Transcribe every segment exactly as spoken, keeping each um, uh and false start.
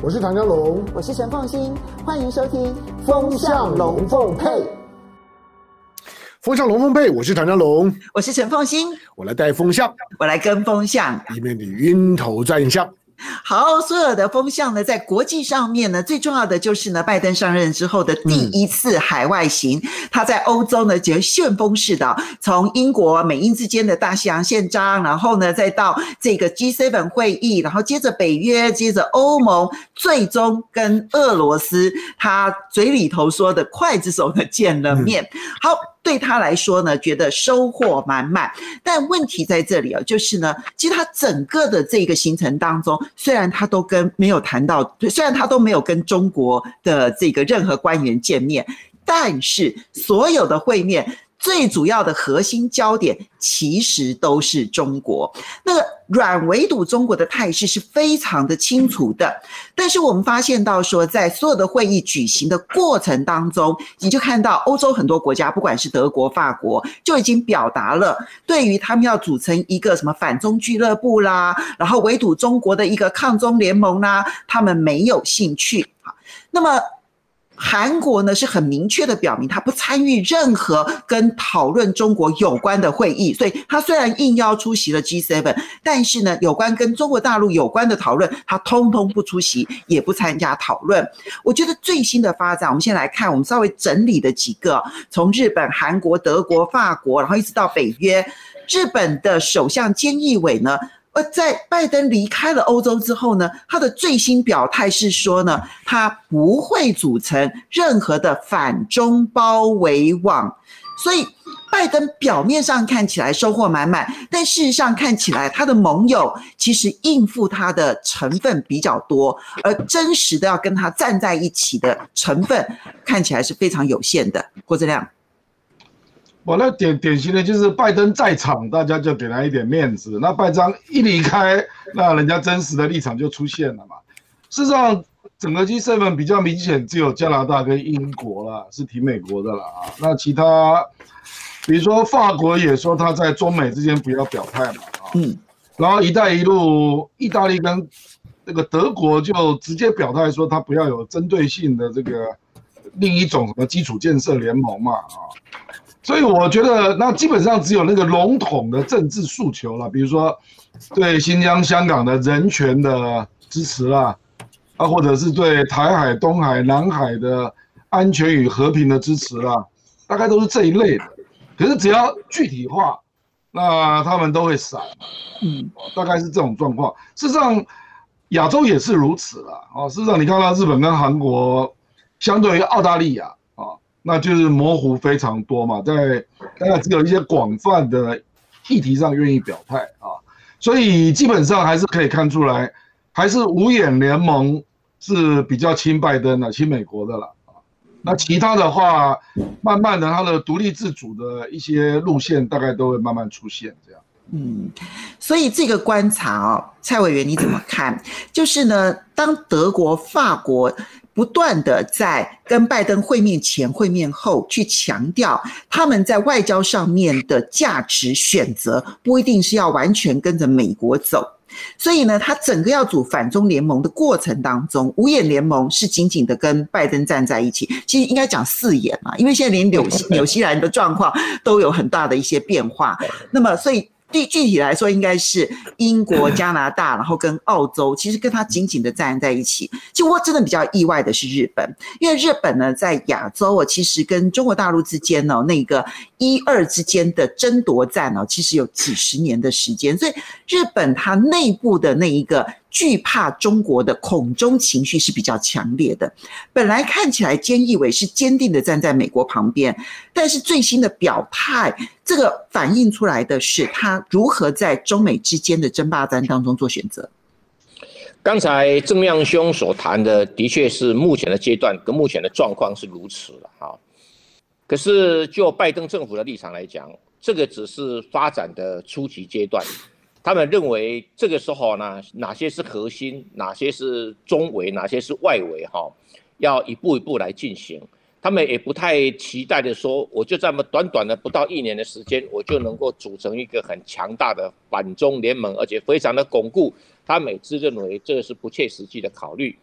我是唐湘龙， 我是陈凤馨，欢迎收听 《风向龙凤配》。风向龙凤配，我是唐湘龙， 我是陈凤馨， 我来带风向， 我来跟风向， 以免你晕头转向。 好，所有的风向呢，在国际上面呢，最重要的就是呢，拜登上任之后的第一次海外行，嗯、他在欧洲呢，就旋风式的，从英国、美英之间的大西洋宪章，然后呢，再到这个 G 七 会议，然后接着北约，接着欧盟，最终跟俄罗斯，他嘴里头说的刽子手呢见了面。嗯、好。对他来说呢，觉得收获满满，但问题在这里啊，就是呢，其实他整个的这个行程当中，虽然他都跟没有谈到，虽然他都没有跟中国的这个任何官员见面，但是所有的会面最主要的核心焦点其实都是中国。那个软围堵中国的态势是非常的清楚的，但是我们发现到说，在所有的会议举行的过程当中，你就看到欧洲很多国家，不管是德国、法国，就已经表达了对于他们要组成一个什么反中俱乐部啦，然后围堵中国的一个抗中联盟啦，他们没有兴趣。那么韩国呢是很明确的表明，他不参与任何跟讨论中国有关的会议，所以他虽然应邀出席了 G 七， 但是呢，有关跟中国大陆有关的讨论，他通通不出席，也不参加讨论。我觉得最新的发展，我们先来看，我们稍微整理的几个，从日本、韩国、德国、法国，然后一直到北约。日本的首相菅义伟呢，而在拜登离开了欧洲之后呢，他的最新表态是说呢，他不会组成任何的反中包围网。所以拜登表面上看起来收获满满，但事实上看起来他的盟友其实应付他的成分比较多，而真实的要跟他站在一起的成分看起来是非常有限的。郭正亮。 我那典典型的就是拜登在场，大家就给他一点面子；那拜登一离开，那人家真实的立场就出现了嘛。事实上，整个 G 七 比较明显，只有加拿大跟英国啦是挺美国的啦啊。那其他，比如说法国也说他在中美之间不要表态嘛啊。嗯。然后“一带一路”，意大利跟那个德国就直接表态说他不要有针对性的这个另一种什么基础建设联盟嘛啊。所以我觉得，那基本上只有那个笼统的政治诉求了，比如说对新疆、香港的人权的支持啦，啊，或者是对台海、东海、南海的安全与和平的支持啦，大概都是这一类的。可是只要具体化，那他们都会闪，嗯，大概是这种状况。事实上，亚洲也是如此啦，啊，事实上你看到日本跟韩国，相对于澳大利亚。那就是模糊非常多嘛，在大概只有一些广泛的议题上愿意表态啊，所以基本上还是可以看出来，还是五眼联盟是比较亲拜登的、亲美国的了啊。那其他的话，慢慢的它的独立自主的一些路线，大概都会慢慢出现这样。 嗯，所以这个观察哦，蔡委员你怎么看？就是呢，当德国、法国不断的在跟拜登会面前、会面后去强调他们在外交上面的价值选择，不一定是要完全跟着美国走。所以呢，他整个要组反中联盟的过程当中，五眼联盟是紧紧的跟拜登站在一起。其实应该讲四眼嘛，因为现在连纽西纽西兰的状况都有很大的一些变化。那么，所以。具体来说，应该是英国、加拿大，然后跟澳洲，其实跟他紧紧的站在一起。其实我真的比较意外的是日本，因为日本呢在亚洲哦，其实跟中国大陆之间呢、哦、那个一二之间的争夺战哦，其实有几十年的时间，所以日本它内部的那一个惧怕中国的恐中情绪是比较强烈的。本来看起来菅义伟是坚定的站在美国旁边，但是最新的表态，这个反映出来的是他如何在中美之间的争霸战当中做选择。 刚才郑亮兄所谈的，的确是目前的阶段跟目前的状况是如此了哈。可是就拜登政府的立场来讲，这个只是发展的初级阶段。他们认为这个时候呢，哪些是核心，哪些是中围，哪些是外围哈，要一步一步来进行。他们也不太期待的说，我就这么短短的不到一年的时间，我就能够组成一个很强大的反中联盟，而且非常的巩固。他们也自认为这是不切实际的考虑。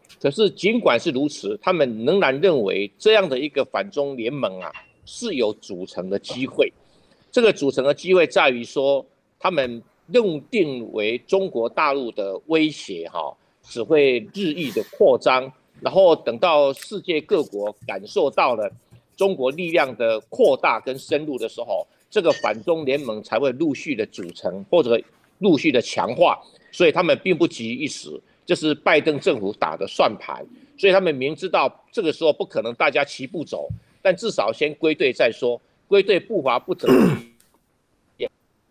可是尽管是如此，他们仍然认为这样的一个反中联盟啊是有组成的机会。这个组成的机会在于说，他们认定为中国大陆的威胁哈、哦，只会日益的扩张，然后等到世界各国感受到了中国力量的扩大跟深入的时候，这个反中联盟才会陆续的组成或者陆续的强化。所以他们并不急于一时，这是拜登政府打的算盘。所以他们明知道这个时候不可能大家齐步走，但至少先归队再说。归队步伐不整齐，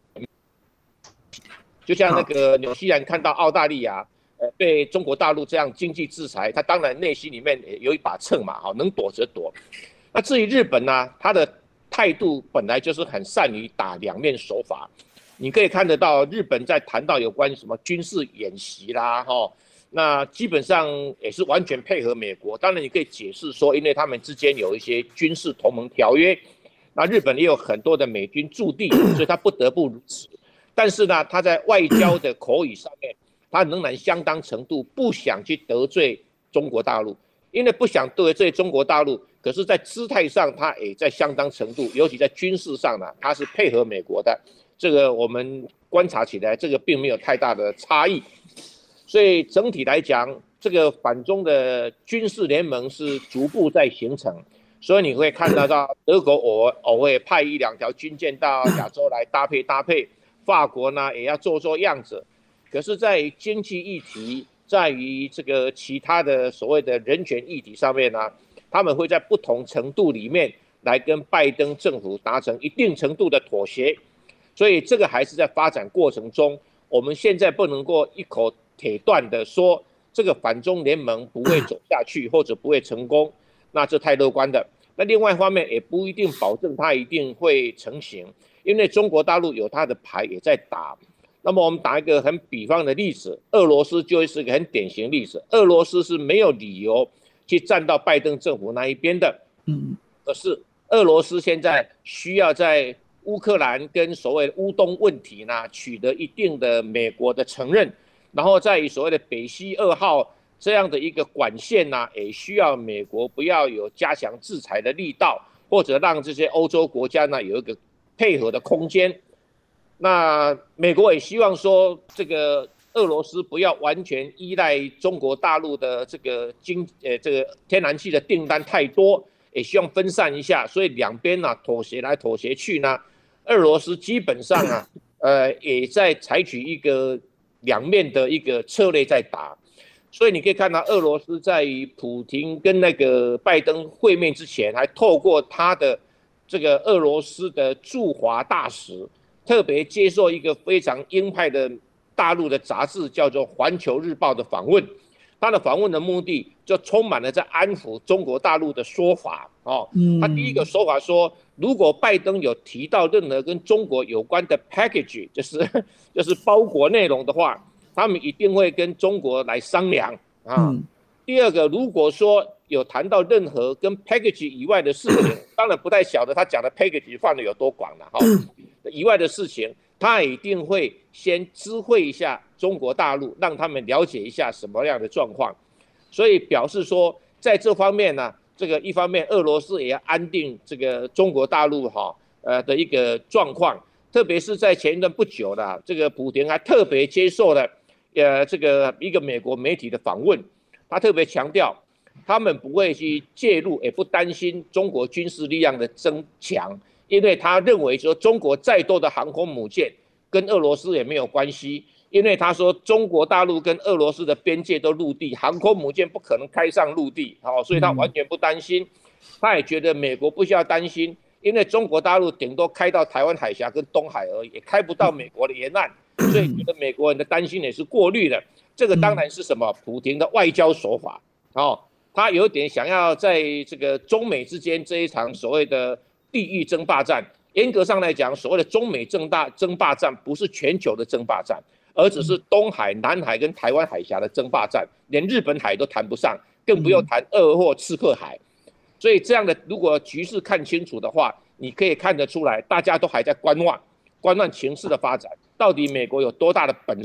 就像那个纽西兰看到澳大利亚，呃，被中国大陆这样经济制裁，他当然内心里面有一把秤嘛，哈，能躲则躲。那至于日本呢，他的态度本来就是很善于打两面手法。你可以看得到，日本在谈到有关什么军事演习啦，哈，那基本上也是完全配合美国。当然，你可以解释说，因为他们之间有一些军事同盟条约。那日本也有很多的美军驻地，所以他不得不如此。但是呢，他在外交的口语上面，他仍然相当程度不想去得罪中国大陆，因为不想得罪中国大陆，可是在姿态上他也在相当程度，尤其在军事上呢，他是配合美国的。这个我们观察起来，这个并没有太大的差异。所以整体来讲，这个反中的军事联盟是逐步在形成。所以你会看得到，德国偶偶尔派一两条军舰到亚洲来搭配搭配，法国呢也要做做样子。可是，在于经济议题，在于这个其他的所谓的人权议题上面呢，他们会在不同程度里面来跟拜登政府达成一定程度的妥协。所以这个还是在发展过程中，我们现在不能够一口铁断的说这个反中联盟不会走下去或者不会成功。那这太乐观的。那另外一方面也不一定保证它一定会成型，因为中国大陆有它的牌也在打。那么我们打一个很比方的例子，俄罗斯就是一个很典型例子。俄罗斯是没有理由去站到拜登政府那一边的，嗯，可是俄罗斯现在需要在乌克兰跟所谓乌东问题呢取得一定的美国的承认，然后在所谓的北溪二号。这样的一个管线呢、啊，也需要美国不要有加强制裁的力道，或者让这些欧洲国家呢有一个配合的空间。那美国也希望说，这个俄罗斯不要完全依赖中国大陆的这个经呃这个天然气的订单太多，也希望分散一下。所以两边呢、啊、妥协来妥协去呢，俄罗斯基本上啊，呃也在采取一个两面的一个策略在打。所以你可以看到，俄罗斯在于普廷跟那个拜登会面之前，还透过他的这个俄罗斯的驻华大使，特别接受一个非常鹰派的大陆的杂志，叫做《环球日报》的访问。他的访问的目的就充满了在安抚中国大陆的说法哦。他第一个说法说，如果拜登有提到任何跟中国有关的 package， 就是就是包裹内容的话。他们一定会跟中国来商量啊。嗯、第二个，如果说有谈到任何跟 package 以外的事情，当然不太晓得他讲的 package 范围有多广了哈。以外的事情，他一定会先知会一下中国大陆，让他们了解一下什么样的状况。所以表示说，在这方面呢，这个一方面俄罗斯也要安定这个中国大陆哈呃的一个状况，特别是在前一段不久的这个普廷还特别接受了。呃，这个一个美国媒体的访问，他特别强调，他们不会去介入，也不担心中国军事力量的增强，因为他认为说中国再多的航空母舰跟俄罗斯也没有关系，因为他说中国大陆跟俄罗斯的边界都陆地，航空母舰不可能开上陆地，好，所以他完全不担心，他也觉得美国不需要担心，因为中国大陆顶多开到台湾海峡跟东海而已，也开不到美国的沿岸。所以觉得美国人的担心也是过滤的，这个当然是什么？普廷的外交手法哦，他有点想要在这个中美之间这一场所谓的地域争霸战，严格上来讲，所谓的中美争大争霸战不是全球的争霸战，而只是东海、南海跟台湾海峡的争霸战，连日本海都谈不上，更不用谈鄂或刺客海。所以这样的如果局势看清楚的话，你可以看得出来，大家都还在观望。观望情势的发展，到底美国有多大的本事，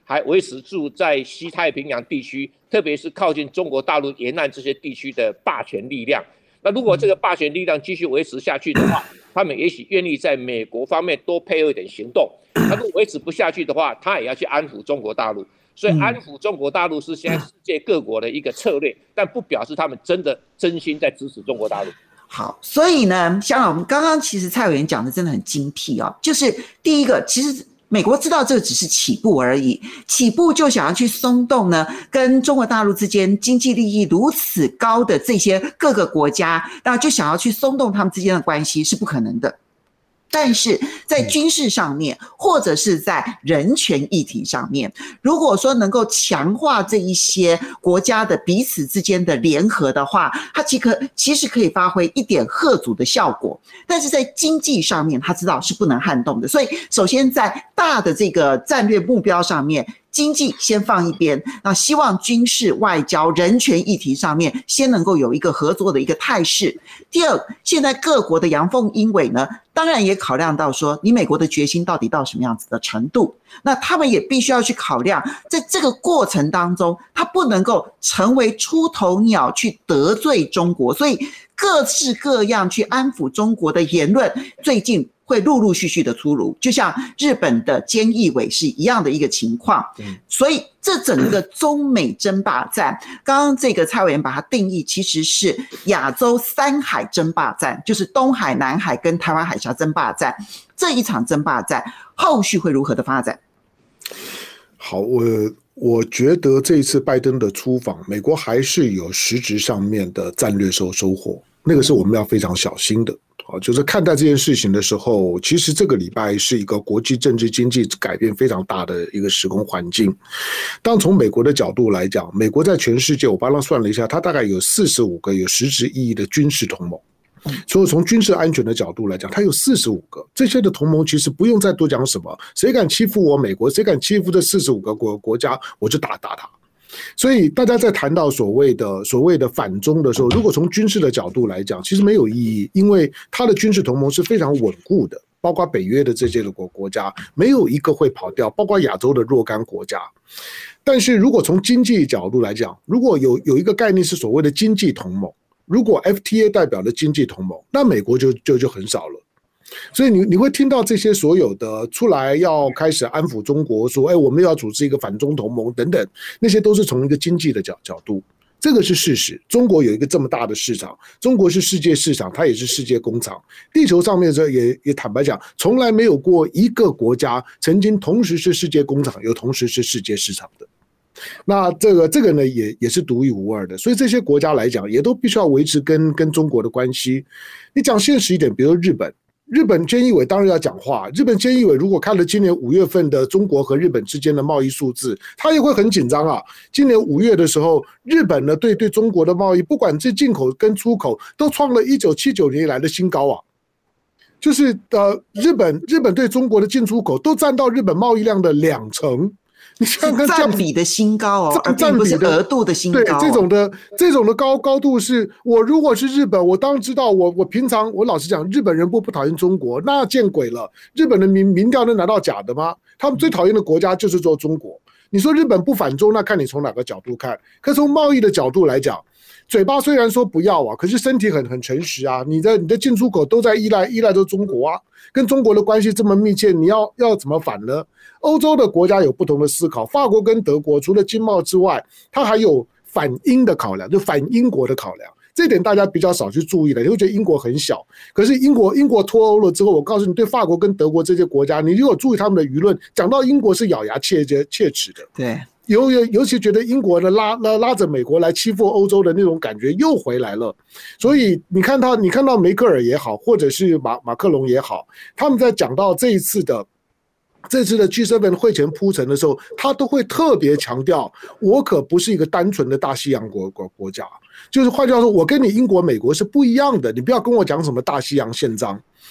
还维持住在西太平洋地区，特别是靠近中国大陆沿岸这些地区的霸权力量。那如果这个霸权力量继续维持下去的话，他们也许愿意在美国方面多配合一点行动。那如果维持不下去的话，他也要去安抚中国大陆。所以安抚中国大陆是现在世界各国的一个策略，但不表示他们真的真心在支持中国大陆。 好，所以呢，香港我们刚刚其实蔡委员讲的真的很精辟哦，就是第一个，其实美国知道这个只是起步而已，起步就想要去松动呢，跟中国大陆之间经济利益如此高的这些各个国家，那就想要去松动他们之间的关系是不可能的。但是在军事上面，或者是在人权议题上面，如果说能够强化这一些国家的彼此之间的联合的话，它其可其实可以发挥一点吓阻的效果。但是在经济上面，他知道是不能撼动的，所以首先在大的这个战略目标上面，经济先放一边，那希望军事、外交、人权议题上面先能够有一个合作的一个态势。第二，现在各国的阳奉阴违呢，当然也考量到说，你美国的决心到底到什么样子的程度，那他们也必须要去考量，在这个过程当中，他不能够成为出头鸟去得罪中国，所以各式各样去安抚中国的言论，最近会陆陆续续的出炉，就像日本的菅义伟是一样的一个情况。所以这整个中美争霸战，刚刚这个蔡委员把它定义其实是亚洲三海争霸战，就是东海、南海跟台湾海峡争霸战。这一场争霸战后续会如何的发展？ 好，我我觉得这一次拜登的出访，美国还是有实质上面的战略收收获，那个是我们要非常小心的。就是看待这件事情的时候，其实这个礼拜是一个国际政治经济改变非常大的一个时空环境。当从美国的角度来讲，美国在全世界，我帮他算了一下，它大概有四十五个有实质意义的军事同盟。所以从军事安全的角度来讲，它有四十五个，这些的同盟其实不用再多讲什么，谁敢欺负我美国，谁敢欺负这四十五个国国家，我就打打他。所以大家在谈到所谓的所谓的反中的时候，如果从军事的角度来讲，其实没有意义，因为它的军事同盟是非常稳固的，包括北约的这些的国国家，没有一个会跑掉，包括亚洲的若干国家。但是如果从经济角度来讲，如果有有一个概念是所谓的经济同盟，如果 F T A 代表的经济同盟，那美国就就就很少了。所以你你会听到这些所有的出来要开始安抚中国，说哎，我们要组织一个反中同盟等等，那些都是从一个经济的角角度，这个是事实。中国有一个这么大的市场，中国是世界市场，它也是世界工厂。地球上面也也坦白讲，从来没有过一个国家曾经同时是世界工厂，又同时是世界市场的。那这个这个呢，也也是独一无二的，所以这些国家来讲，也都必须要维持跟跟中国的关系。你讲现实一点，比如日本。日本菅义伟当然要讲话。日本菅义伟如果看了今年五月份的中国和日本之间的贸易数字，他也会很紧张啊。今年五月的时候，日本呢对对中国的贸易，不管是进口跟出口，都创了一九七九年以来的新高啊。就是呃，日本日本对中国的进出口都占到日本贸易量的两成。你想看占比的新高哦，而并不是额度的新高、哦。 对，这种的这种的高高度是，我如果是日本，我当然知道，我我平常我老实讲，日本人不不讨厌中国，那见鬼了！日本的民民调能难道假的吗？他们最讨厌的国家就是做中国。你说日本不反中，那看你从哪个角度看。可从贸易的角度来讲，嘴巴虽然说不要啊，可是身体很很诚实啊。你的你的进出口都在依赖依赖着中国啊，跟中国的关系这么密切，你要要怎么反呢？欧洲的国家有不同的思考，法国跟德国除了经贸之外，它还有反英的考量，就反英国的考量。这点大家比较少去注意的，你会觉得英国很小，可是英国英国脱欧了之后，我告诉你，对法国跟德国这些国家，你如果注意他们的舆论，讲到英国是咬牙切切齿的。 对。 尤尤其觉得英国呢拉拉拉着美国来欺负欧洲的那种感觉又回来了，所以你看到你看到梅克尔也好，或者是马马克龙也好，他们在讲到这一次的这次的 G 七 会前铺陈的时候，他都会特别强调，我可不是一个单纯的大西洋国国国家，就是换句话说，我跟你英国、美国是不一样的，你不要跟我讲什么大西洋宪章。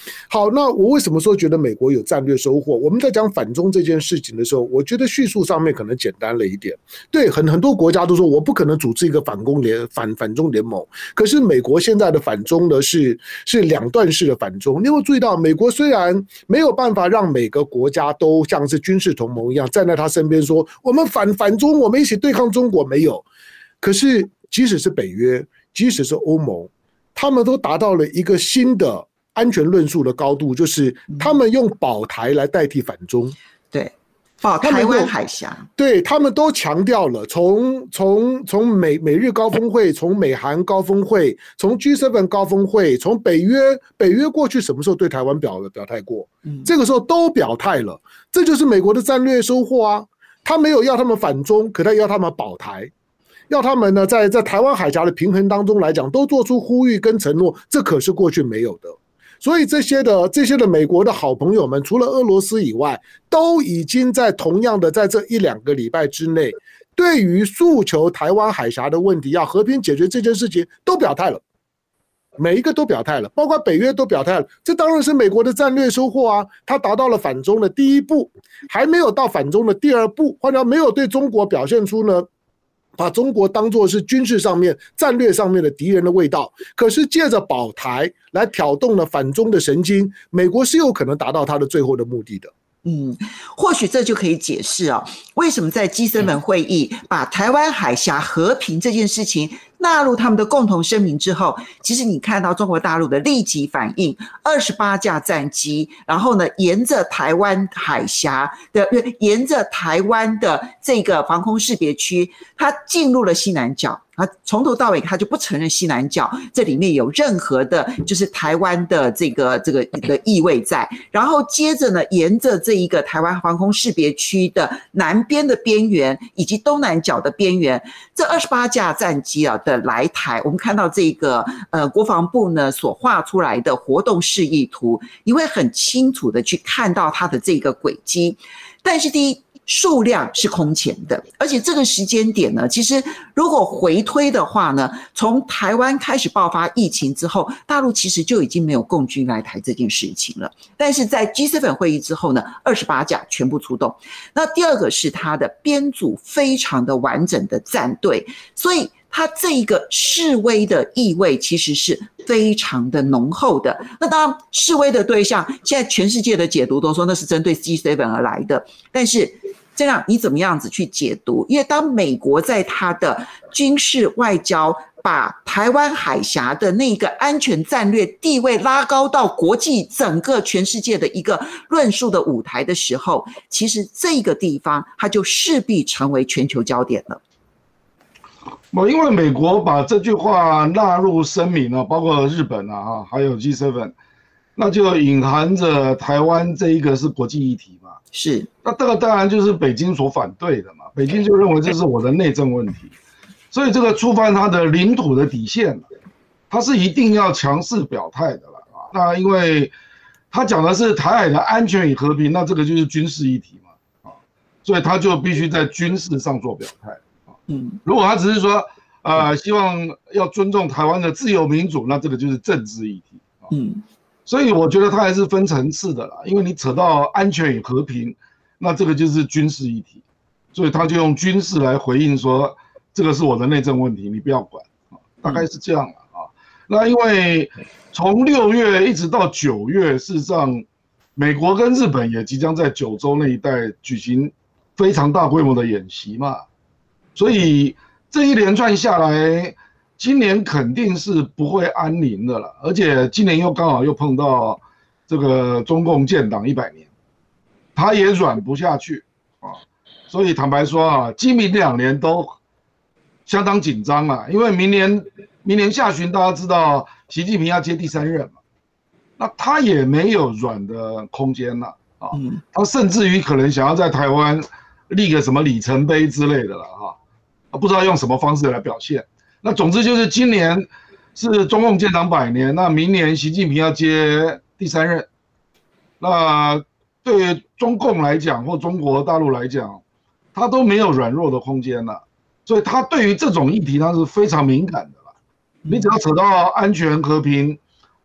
好，那我为什么说觉得美国有战略收获？我们在讲反中这件事情的时候，我觉得叙述上面可能简单了一点。对，很很多国家都说我不可能组织一个反攻联反反中联盟，可是美国现在的反中呢是是两段式的反中。你有没有注意到，美国虽然没有办法让每个国家都像是军事同盟一样站在他身边说我们反反中，我们一起对抗中国，没有。可是即使是北约，即使是欧盟，他们都达到了一个新的安全论述的高度，就是他们用保台来代替反中， 对，保台湾海峡， 对，他们都强调了，从从从美美日高峰会，从美韩高峰会，从 G 七 高峰会，从北约，北约过去什么时候对台湾表表态过？嗯，这个时候都表态了，这就是美国的战略收获啊！他没有要他们反中，可他要他们保台。要他们呢，在在台湾海峡的平衡当中来讲，都做出呼吁跟承诺，这可是过去没有的。所以这些的这些的美国的好朋友们，除了俄罗斯以外，都已经在同样的在这一两个礼拜之内，对于诉求台湾海峡的问题要和平解决这件事情都表态了，每一个都表态了，包括北约都表态了。这当然是美国的战略收获啊，他达到了反中的第一步，还没有到反中的第二步，或者没有对中国表现出呢。把中国当作是军事上面、战略上面的敌人的味道，可是借着保台来挑动了反中的神经，美国是有可能达到他的最后的目的的。 嗯，或许这就可以解释哦，为什么在 G 七 会议把台湾海峡和平这件事情纳入他们的共同声明之后，其实你看到中国大陆的立即反应，二十八架战机，然后呢，沿着台湾海峡的，沿着台湾的这个防空识别区，它进入了西南角。啊，从头到尾他就不承认西南角这里面有任何的，就是台湾的这个这个的意味在。然后接着呢，沿着这一个台湾防空识别区的南边的边缘以及东南角的边缘，这二十八架战机啊的来台，我们看到这个呃国防部呢所画出来的活动示意图，你会很清楚的去看到它的这个轨迹。但是第一，数量是空前的，而且这个时间点呢，其实如果回推的话呢，从台湾开始爆发疫情之后，大陆其实就已经没有共军来台这件事情了。但是在 G 七 会议之后呢，二十八架全部出动。那第二个是它的编组非常的完整的战队，所以它这一个示威的意味其实是非常的浓厚的。那当然，示威的对象，现在全世界的解读都说那是针对 G 七 而来的，但是这样你怎么样子去解读？因为当美国在它的军事外交把台湾海峡的那个安全战略地位拉高到国际整个全世界的一个论述的舞台的时候，其实这个地方它就势必成为全球焦点了。 因为美国把这句话纳入声明了，包括日本啊，还有 G 七， 那就隐含着台湾这一个是国际议题嘛。 是， 那这个当然就是北京所反对的嘛，北京就认为这是我的内政问题，所以这个触犯他的领土的底线，他是一定要强势表态的了啊。那因为他讲的是台海的安全与和平，那这个就是军事议题嘛，啊，所以他就必须在军事上做表态啊。嗯，如果他只是说，呃，希望要尊重台湾的自由民主，那这个就是政治议题啊。嗯。所以我觉得它还是分层次的啦，因为你扯到安全与和平，那这个就是军事议题，所以他就用军事来回应说，这个是我的内政问题，你不要管，大概是这样了啊。那因为从六月一直到九月，事实上，美国跟日本也即将在九州那一带举行非常大规模的演习嘛，所以这一连串下来，今年肯定是不会安宁的了，而且今年又刚好又碰到这个中共建党一百年，他也软不下去啊，所以坦白说啊，今明两年都相当紧张啊，因为明年明年下旬大家知道习近平要接第三任嘛，那他也没有软的空间了啊，他甚至于可能想要在台湾立个什么里程碑之类的了哈，不知道用什么方式来表现。那总之就是今年是中共建党百年，那明年习近平要接第三任，那对于中共来讲或中国大陆来讲，他都没有软弱的空间了，所以他对于这种议题他是非常敏感的了。你只要扯到安全和平，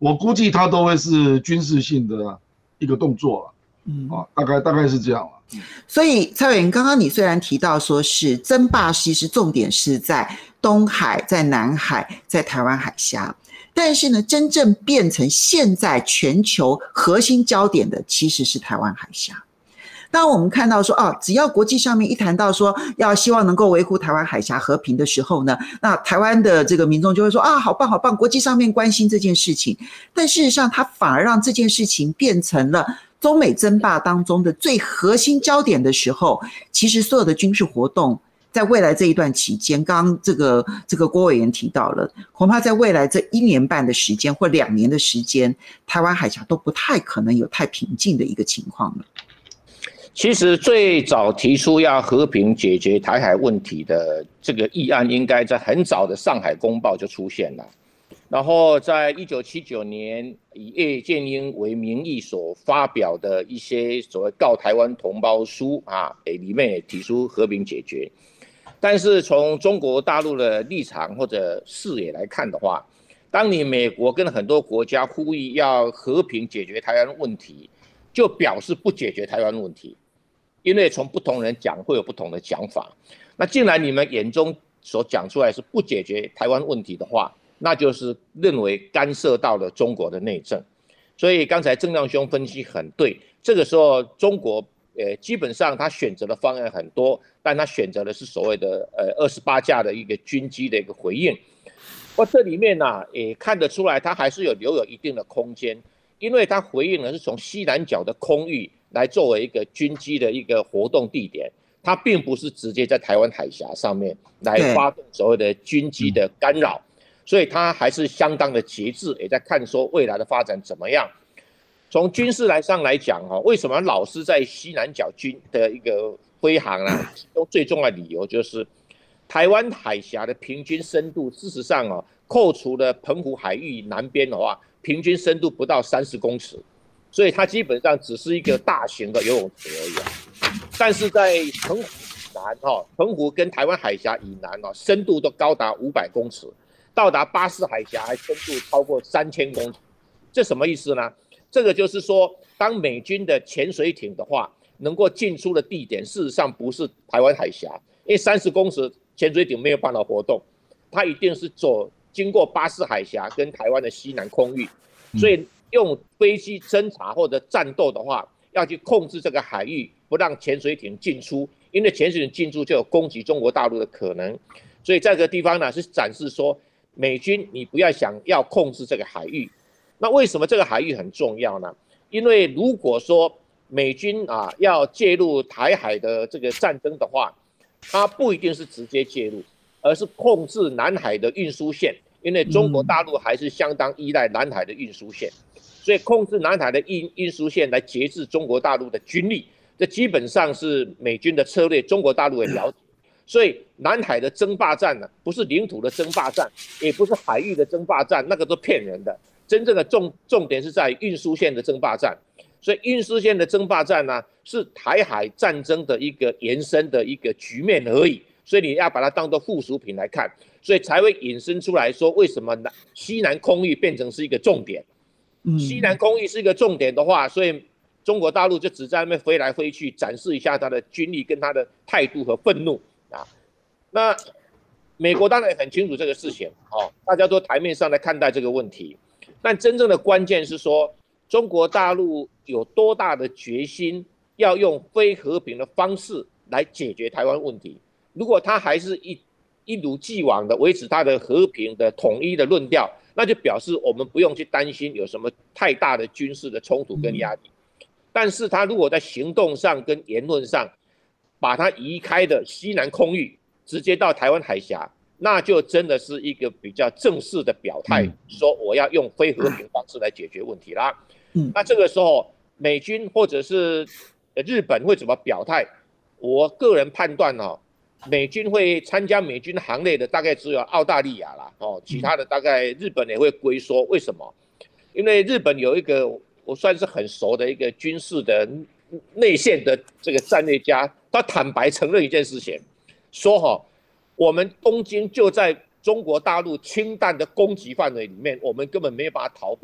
我估计它都会是军事性的一个动作了。嗯啊，大概大概是这样了。 所以蔡委员，刚刚你虽然提到说是争霸，其实重点是在东海、在南海、在台湾海峡，但是呢，真正变成现在全球核心焦点的其实是台湾海峡。当我们看到说，哦，只要国际上面一谈到说要希望能够维护台湾海峡和平的时候呢，那台湾的这个民众就会说啊，好棒好棒，国际上面关心这件事情。但事实上，它反而让这件事情变成了中美争霸当中的最核心焦点的时候，其实所有的军事活动在未来这一段期间，刚刚这个这个郭委员提到了，恐怕在未来这一年半的时间或两年的时间，台湾海峡都不太可能有太平静的一个情况了。 其实最早提出要和平解决台海问题的这个议案，应该在很早的上海公报就出现了。然后在一九七九年以叶剑英为名义所发表的一些所谓告台湾同胞书啊，里面也提出和平解决。但是从中国大陆的立场或者视野来看的话，当你美国跟很多国家呼吁要和平解决台湾问题，就表示不解决台湾问题。因为从不同人讲会有不同的讲法，那既然你们眼中所讲出来是不解决台湾问题的话，那就是认为干涉到了中国的内政。所以刚才郑亮兄分析很对，这个时候中国呃基本上他选择的方案很多，但他选择的是所谓的呃二十八架的一个军机的一个回应。不过这里面呢、啊、也看得出来，他还是有留有一定的空间，因为他回应的是从西南角的空域来作为一个军机的一个活动地点，它并不是直接在台湾海峡上面来发动所谓的军机的干扰，所以它还是相当的节制，也在看说未来的发展怎么样。从军事来上来讲，为什么老是在西南角军的一个飞航呢？其中最重要的理由就是台湾海峡的平均深度，事实上啊，扣除了澎湖海域南边的话，平均深度不到三十公尺。所以它基本上只是一个大型的游泳池而已、啊，但是在澎湖以南哈，澎湖跟台湾海峡以南哦，深度都高达五百公尺，到达巴士海峡还深度超过三千公尺。这什么意思呢？这个就是说，当美军的潜水艇的话，能够进出的地点，事实上不是台湾海峡，因为三十公尺潜水艇没有办法活动，它一定是走经过巴士海峡跟台湾的西南空域，所以用飞机侦察或者战斗的话，要去控制这个海域，不让潜水艇进出，因为潜水艇进出就有攻击中国大陆的可能。所以这个地方呢，是展示说，美军你不要想要控制这个海域。那为什么这个海域很重要呢？因为如果说美军啊要介入台海的这个战争的话，它不一定是直接介入，而是控制南海的运输线，因为中国大陆还是相当依赖南海的运输线。所以控制南海的运运输线来节制中国大陆的军力，这基本上是美军的策略，中国大陆也了解。所以南海的争霸战呢，不是领土的争霸战，也不是海域的争霸战，那个都骗人的。真正的重重点是在运输线的争霸战。所以运输线的争霸战呢，是台海战争的一个延伸的一个局面而已。所以你要把它当作附属品来看，所以才会引申出来说，为什么南西南空域变成是一个重点。西南空域是一个重点的话，所以中国大陆就只在那边飞来飞去，展示一下他的军力跟他的态度和愤怒啊。那美国当然也很清楚这个事情，哦，大家都台面上来看待这个问题。但真正的关键是说，中国大陆有多大的决心要用非和平的方式来解决台湾问题？如果他还是一一如既往的维持他的和平的统一的论调，那就表示我们不用去担心有什么太大的军事的冲突跟压力。但是他如果在行动上跟言论上把它移开的西南空域直接到台湾海峡，那就真的是一个比较正式的表态，说我要用非和平方式来解决问题啦。那这个时候美军或者是日本会怎么表态？我个人判断哦，美军会参加美军行列的大概只有澳大利亚啦，哦，其他的大概日本也会龟缩。为什么？因为日本有一个我算是很熟的一个军事的内线的这个战略家，他坦白承认一件事情，说哈、哦，我们东京就在中国大陆氢弹的攻击范围里面，我们根本没有办法逃避。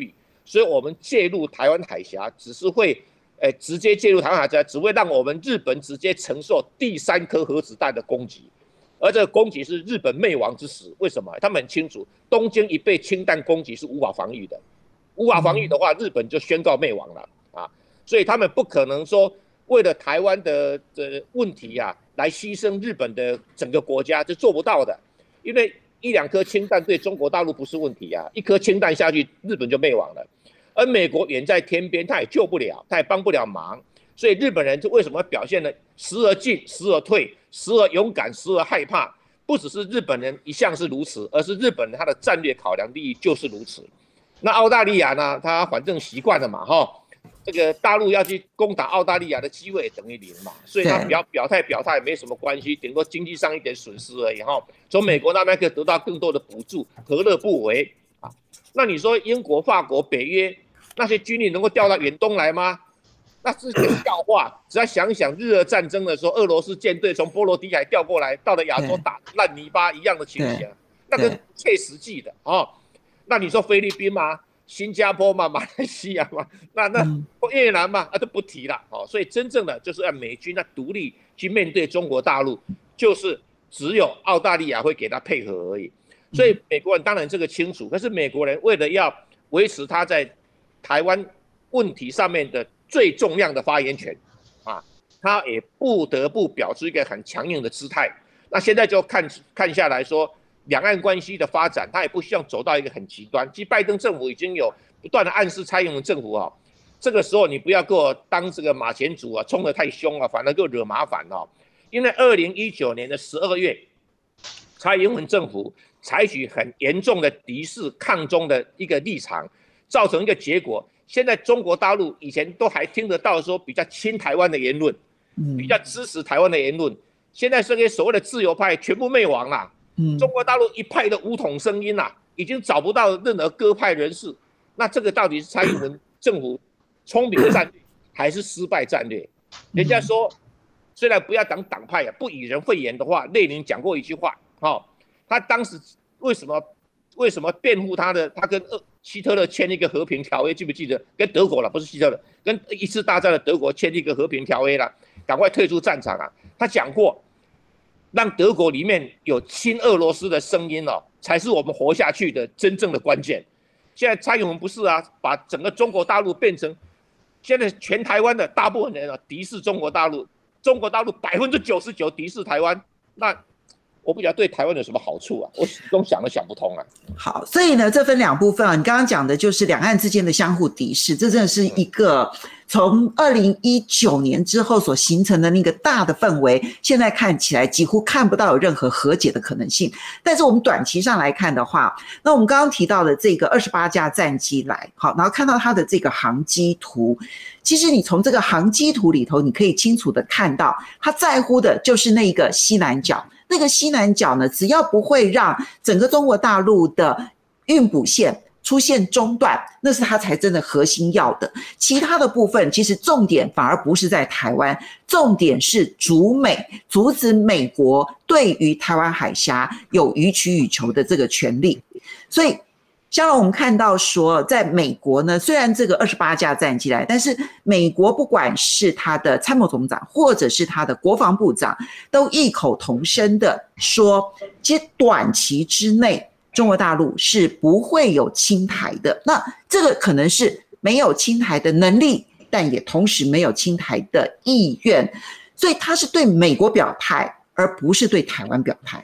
所以我们介入台湾海峡只是会，呃，直接介入台湾海峡，只会让我们日本直接承受第三颗核子弹的攻击，而这个攻击是日本灭亡之时。为什么？他们很清楚，东京一被氢弹攻击是无法防御的，无法防御的话，日本就宣告灭亡了啊！所以他们不可能说为了台湾的的问题啊，来牺牲日本的整个国家，这做不到的，因为一两颗氢弹对中国大陆不是问题啊，一颗氢弹下去，日本就灭亡了。而美国远在天边，他也救不了，他也帮不了忙，所以日本人就为什么表现呢？时而进，时而退，时而勇敢，时而害怕。不只是日本人一向是如此，而是日本人他的战略考量利益就是如此。那澳大利亚呢？他反正习惯了嘛，哈，这个大陆要去攻打澳大利亚的机会等于零嘛，所以他表表态表态没什么关系，顶多经济上一点损失而已哈。从美国那边可以得到更多的补助，何乐不为啊？那你说英国、法国、北约那些军力能够调到远东来吗？那是个笑话。只要想想日俄战争的时候，俄罗斯舰队从波罗的海调过来，到了亚洲打烂泥巴一样的情形，那个切实际的哦。那你说菲律宾吗？新加坡嘛，马来西亚嘛，那那越南嘛，啊都不提了哦。所以真正的就是让美军那独立去面对中国大陆，就是只有澳大利亚会给他配合而已。所以美国人当然这个清楚，可是美国人为了要维持他在台湾问题上面的最重要的发言权啊，他也不得不表出一个很强硬的姿态。那现在就看看下来说，两岸关系的发展，他也不希望走到一个很极端。其实拜登政府已经有不断的暗示蔡英文政府啊，这个时候你不要给我当这个马前卒啊，冲得太凶啊，反而给我惹麻烦哦。因为二零一九年的十二月，蔡英文政府采取很严重的敌视抗中的一个立场，造成一个结果。现在中国大陆以前都还听得到说比较亲台湾的言论，比较支持台湾的言论，现在这些所谓的自由派全部灭亡了。中国大陆一派的武统声音啊，已经找不到任何鸽派人士。那这个到底是蔡英文政府聪明的战略，还是失败战略？人家说，虽然不要讲党派啊，不以人废言的话，列宁讲过一句话，哦，他当时为什么为什么辩护他的？他跟希特勒签一个和平条约，记不记得？跟德国了，不是希特勒，跟一次大战的德国签一个和平条约了，赶快退出战场啊！他讲过。让德国里面有亲俄罗斯的声音哦，才是我们活下去的真正的关键。现在蔡英文不是啊，把整个中国大陆变成现在全台湾的大部分人啊敌视中国大陆，中国大陆百分之九十九敌视台湾，那我不晓得对台湾有什么好处啊，我始终想都想不通啊。 好，所以呢，这分两部分啊，你刚刚讲的就是两岸之间的相互敌视，这真的是一个从二零一九年之后所形成的那个大的氛围，现在看起来几乎看不到有任何和解的可能性。但是我们短期上来看的话，那我们刚刚提到的这个二十八架战机来，好，然后看到它的这个航机图，其实你从这个航机图里头，你可以清楚的看到，他在乎的就是那个西南角。那个西南角呢，只要不会让整个中国大陆的运补线出现中断，那是他才真的核心要的。其他的部分其实重点反而不是在台湾，重点是阻美，阻止美国对于台湾海峡有予取予求的这个权利。所以像我们看到说，在美国呢，虽然这个二十八架战机来，但是美国不管是他的参谋总长或者是他的国防部长，都异口同声的说，其实短期之内中国大陆是不会有侵台的。那这个可能是没有侵台的能力，但也同时没有侵台的意愿，所以他是对美国表态，而不是对台湾表态。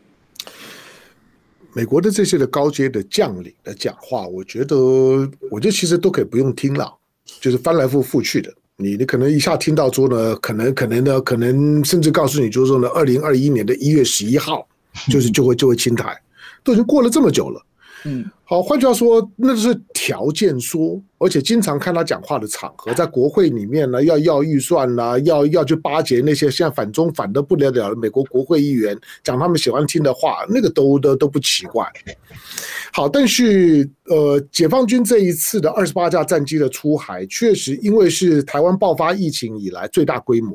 美国的这些的高阶的将领的讲话，我觉得，我觉得其实都可以不用听了，就是翻来覆覆去的。你你可能一下听到说呢，可能可能呢，可能甚至告诉你，就是说呢，二零二一年的一月十一号，就是就会就会侵台，都已经过了这么久了。嗯，好，换句话说，那是条件说，而且经常看他讲话的场合，在国会里面呢，要要预算啦、啊，要要去巴结那些现在反中反得不得了的美国国会议员，讲他们喜欢听的话，那个都都都不奇怪。好，但是呃，解放军这一次的二十八架战机的出海，确实因为是台湾爆发疫情以来最大规模的。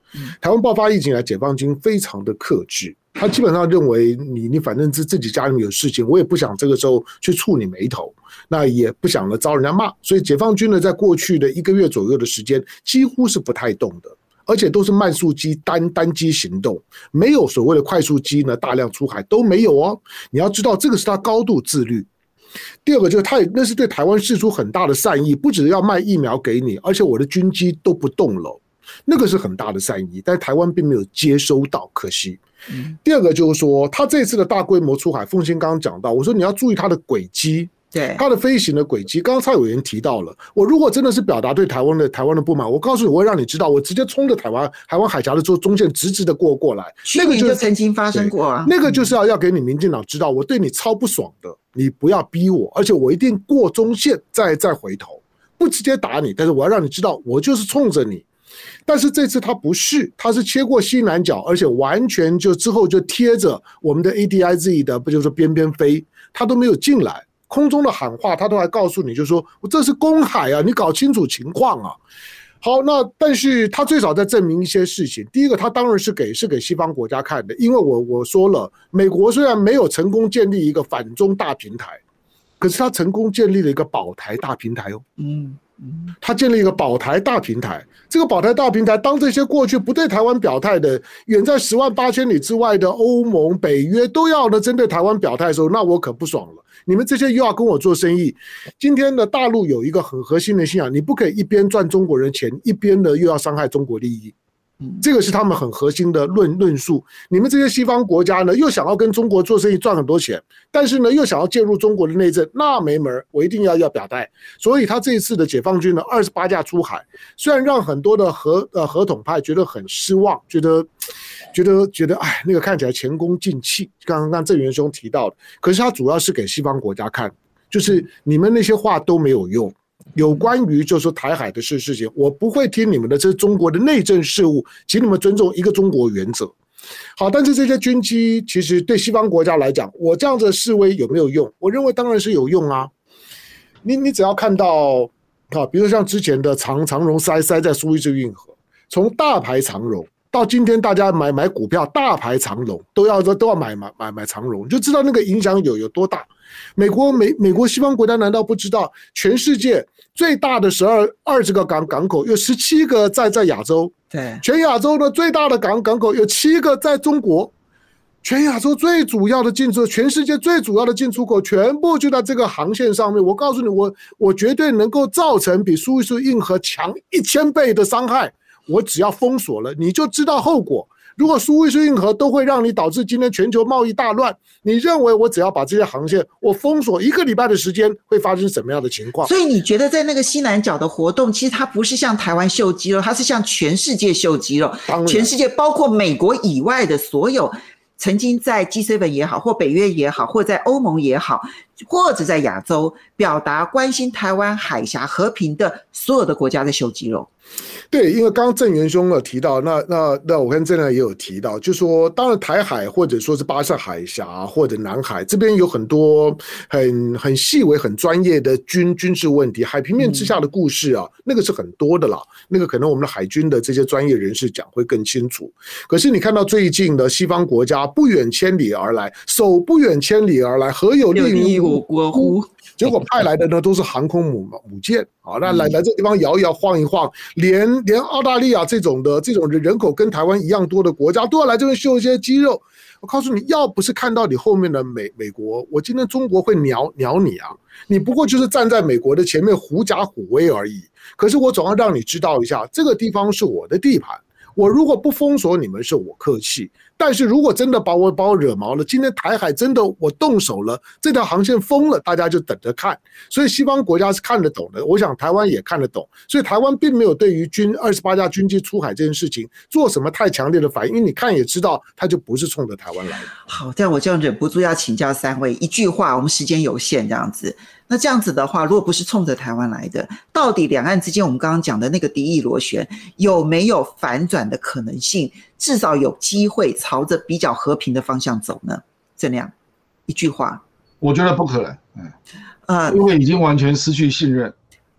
台湾爆发疫情来，解放军非常的克制，他基本上认为你你反正自自己家里面有事情，我也不想这个时候去触你眉头，那也不想呢遭人家骂，所以解放军呢在过去的一个月左右的时间，几乎是不太动的。而且都是慢速机单单机行动，没有所谓的快速机呢大量出海都没有哦。你要知道，这个是他高度自律。第二个就是他也那是对台湾释出很大的善意，不只是要卖疫苗给你，而且我的军机都不动了，那个是很大的善意，但台湾并没有接收到，可惜。第二个就是说，他这次的大规模出海，凤馨刚刚讲到，我说你要注意他的轨迹。 对他的飞行的轨迹，刚刚蔡委员提到了，我如果真的是表达对台湾的台湾的不满，我告诉你，我会让你知道，我直接冲着台湾台湾海峡的中中线直直的过过来， 去年就曾经发生过啊。 那个就是要要给你民进党知道，我对你超不爽的，你不要逼我，而且我一定过中线再再回头，不直接打你，但是我要让你知道，我就是冲着你。但是这次他不是，他是切过西南角，而且完全就之后就贴着我们的 A D I Z 的，不就是边边飞，他都没有进来。空中的喊话，他都还告诉你，就是说这是公海啊，你搞清楚情况啊。好，那但是他最少在证明一些事情。第一个，他当然是给是给西方国家看的，因为我我说了，美国虽然没有成功建立一个反中大平台，可是他成功建立了一个保台大平台哦。嗯。他建立一个保台大平台，这个保台大平台，当这些过去不对台湾表态的，远在十万八千里之外的欧盟、北约都要呢针对台湾表态的时候，那我可不爽了。你们这些又要跟我做生意。今天的大陆有一个很核心的信仰，你不可以一边赚中国人钱，一边呢又要伤害中国利益。这个是他们很核心的论论述。你们这些西方国家呢，又想要跟中国做生意赚很多钱，但是呢又想要介入中国的内政，那没门，我一定要要表态。所以他这一次的解放军呢，二十八架出海，虽然让很多的合呃合统派觉得很失望，觉得觉得觉得哎，那个看起来前功尽弃。刚刚刚郑元兄提到的，可是他主要是给西方国家看，就是你们那些话都没有用。有关于就是说台海的事事情，我不会听你们的，这是中国的内政事务，请你们尊重一个中国原则。好，但是这些军机其实对西方国家来讲，我这样子的示威有没有用？我认为当然是有用啊。你你只要看到啊，比如像之前的长长荣塞塞在苏伊士运河，从大牌长荣到今天大家买买股票，大牌长荣都要都要买买买买长荣，就知道那个影响有有多大。美国美美国西方国家难道不知道，全世界最大的十二二十个港港口有十七个在在亚洲， 对， 全亚洲呢最大的港港口有七个在中国，全亚洲最主要的进出，全世界最主要的进出口全部就在这个航线上面。我告诉你，我我绝对能够造成比苏伊士运河强一千倍的伤害。我只要封锁了，你就知道后果。如果苏伊士运河都会让你导致今天全球贸易大乱，你认为我只要把这些航线我封锁一个礼拜的时间，会发生什么样的情况？ 所以你觉得在那个西南角的活动，其实它不是向台湾秀肌肉，它是向全世界秀肌肉。全世界包括美国以外的所有曾经在 G 七 也好，或北约也好，或在欧盟也好，或者在亚洲表达关心台湾海峡和平的所有的国家在秀肌肉。 对，因为刚刚郑元兄有提到，那那那我跟郑亮也有提到，就说当然台海或者说是巴士海峡或者南海这边有很多很很细微、很专业的军军事问题，海平面之下的故事啊，那个是很多的啦。那个可能我们的海军的这些专业人士讲会更清楚。可是你看到最近的西方国家不远千里而来，手不远千里而来，何有利于我国乎？结果派来的呢都是航空母母舰啊，那来来这地方摇一摇晃一晃，连连澳大利亚这种的这种人口跟台湾一样多的国家都要来这边秀一些肌肉。我告诉你，要不是看到你后面的美美国，我今天中国会鸟鸟你啊！你不过就是站在美国的前面狐假虎威而已。可是我总要让你知道一下，这个地方是我的地盘。我如果不封锁你们，是我客气；但是如果真的把我把我惹毛了，今天台海真的我动手了，这条航线封了，大家就等着看。所以西方国家是看得懂的，我想台湾也看得懂。所以台湾并没有对于军二十八架军机出海这件事情做什么太强烈的反应，因为你看也知道，他就不是冲着台湾来的。 好，但我这样忍不住要请教三位，一句话，我们时间有限，这样子。那这样子的话，如果不是冲着台湾来的，到底两岸之间我们刚刚讲的那个敌意螺旋有没有反转的可能性？至少有机会朝着比较和平的方向走呢？郑亮，一句话， 我觉得不可能， 呃， 因为已经完全失去信任。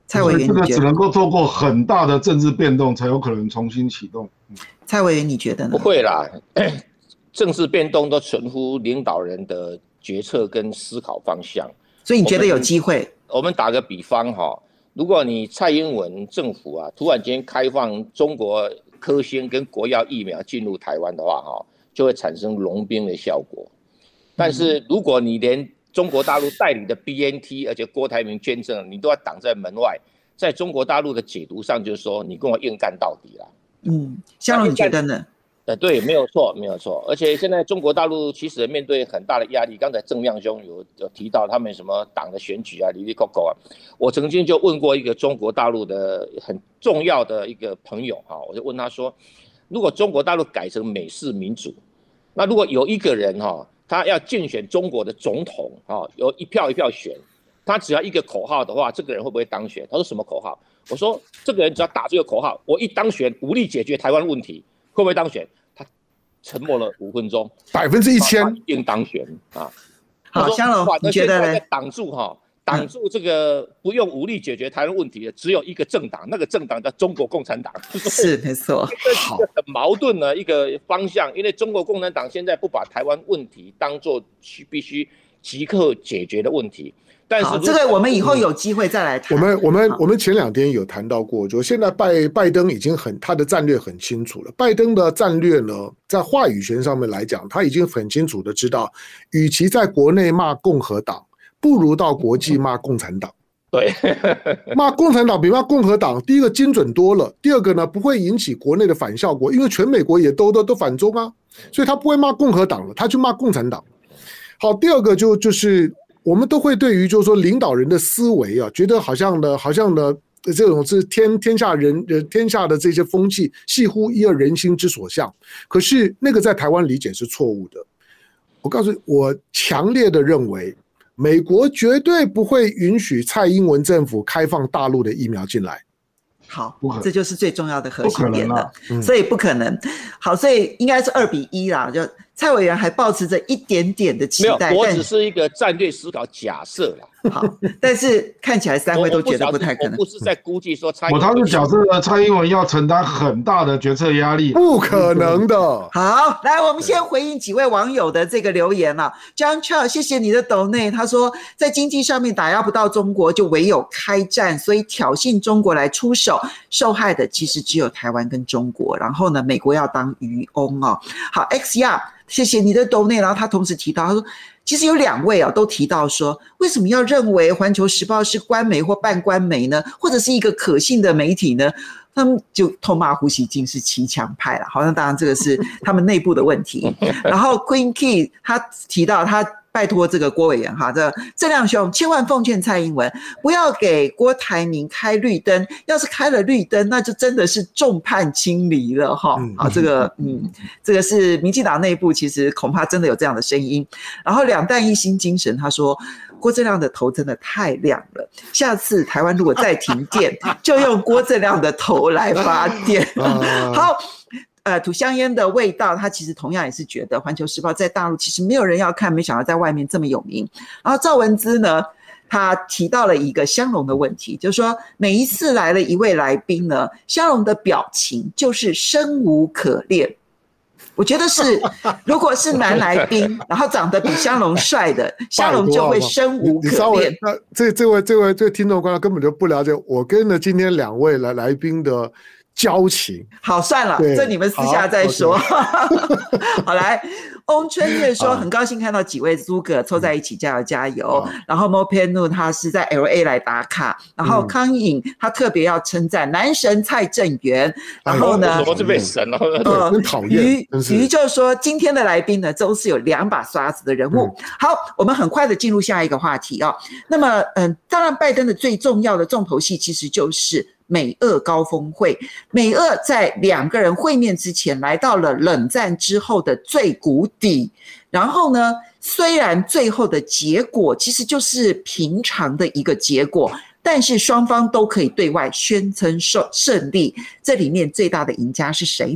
蔡委员， 这个只能够透过很大的政治变动才有可能重新启动。 蔡委员，你觉得呢？ 不会啦，政治变动都存乎领导人的决策跟思考方向。 所以你觉得有机会？ 我们, 我们打个比方哈，如果你蔡英文政府啊突然间开放中国科兴跟国药疫苗进入台湾的话哈，就会产生融冰的效果。但是如果你连中国大陆代理的 B N T， 而且郭台铭捐赠，你都要挡在门外，在中国大陆的解读上就是说，你跟我硬干到底啦。 嗯，香龙你觉得呢？ 呃，对，没有错，没有错。而且现在中国大陆其实面对很大的压力。刚才郑亮兄有有提到他们什么党的选举啊，哩哩扣扣啊。我曾经就问过一个中国大陆的很重要的一个朋友哈，我就问他说，如果中国大陆改成美式民主，那如果有一个人哈，他要竞选中国的总统哈，有一票一票选，他只要一个口号的话，这个人会不会当选？他说什么口号？我说这个人只要打这个口号，我一当选，武力解决台湾问题，会不会当选？他沉默了五分钟， 百分之一千应当选啊！ 好，香龙，你觉得呢？ 挡住哈，挡住这个不用武力解决台湾问题的，只有一个政党，那个政党叫中国共产党。 是没错， 这是一个很矛盾的一个方向，因为中国共产党现在不把台湾问题当作必须即刻解决的问题。但是这个我们以后有机会再来谈。 我们我们我们前两天有谈到过，就现在拜拜登已经很他的战略很清楚了。拜登的战略呢，在话语权上面来讲，他已经很清楚的知道，与其在国内骂共和党，不如到国际骂共产党。 对， 骂共产党比骂共和党，第一个精准多了，第二个呢不会引起国内的反效果，因为全美国也都都都反中啊，所以他不会骂共和党了，他去骂共产党。好，第二个就就是。我们都会对于就是说领导人的思维啊，觉得好像呢，好像呢，这种是天天下人天下的这些风气，系乎一二人心之所向。可是那个在台湾理解是错误的。我告诉你，我强烈的认为，美国绝对不会允许蔡英文政府开放大陆的疫苗进来。 好，这就是最重要的核心点了， 啊嗯、所以不可能。好，所以应该是二比一啦，就。蔡委员还抱持着一点点的期待， 没有，我只是一个战略思考假设啦。 好，但是看起来三位都觉得不太可能。 我不是在估计说蔡英文， 我他是假设了蔡英文要承担很大的决策压力， 不可能的。 好，来，我们先回应几位网友的这个留言啊。John Chow， 谢谢你的抖内，他说在经济上面打压不到中国，就唯有开战，所以挑衅中国来出手，受害的其实只有台湾跟中国。然后呢，美国要当渔翁哦。好 ，X 亚。谢谢你的抖内，然后他同时提到，他说，其实有两位啊都提到说，为什么要认为《环球时报》是官媒或半官媒呢？或者是一个可信的媒体呢？他们就痛骂胡锡进是骑墙派了，好像当然这个是他们内部的问题。然后 Queen Key 他提到他。拜托这个郭委员哈，这郑亮兄千万奉劝蔡英文不要给郭台铭开绿灯，要是开了绿灯，那就真的是众叛亲离了哈。好，这个嗯，这个是民进党内部其实恐怕真的有这样的声音。然后两弹一星精神，他说郭正亮的头真的太亮了，下次台湾如果再停电，就用郭正亮的头来发电。好。呃，吐香烟的味道，他其实同样也是觉得《环球时报》在大陆其实没有人要看，没想到在外面这么有名。然后赵文姿呢，他提到了一个香龙的问题，就是说每一次来了一位来宾呢，香龙的表情就是生无可恋。我觉得是，如果是男来宾，然后长得比香龙帅的，香龙就会生无可恋。 那这这位这位这位听众观众根本就不了解我跟了今天两位来来宾的。交情好，算了，这你们私下再说。好, 好来，翁春月说很高兴看到几位诸葛凑在一起，加油加油。然后 Mo Penu 他是在 L A 来打卡，然后康颖他特别要称赞男神蔡正元。然后呢， 我是被神了， 很讨厌。 于就说今天的来宾呢，都是有两把刷子的人物。好，我们很快的进入下一个话题哦。那么，嗯，当然拜登的最重要的重头戏其实就是。美俄高峰会，美俄在两个人会面之前来到了冷战之后的最谷底，然后呢，虽然最后的结果其实就是平常的一个结果，但是双方都可以对外宣称胜利，这里面最大的赢家是谁呢？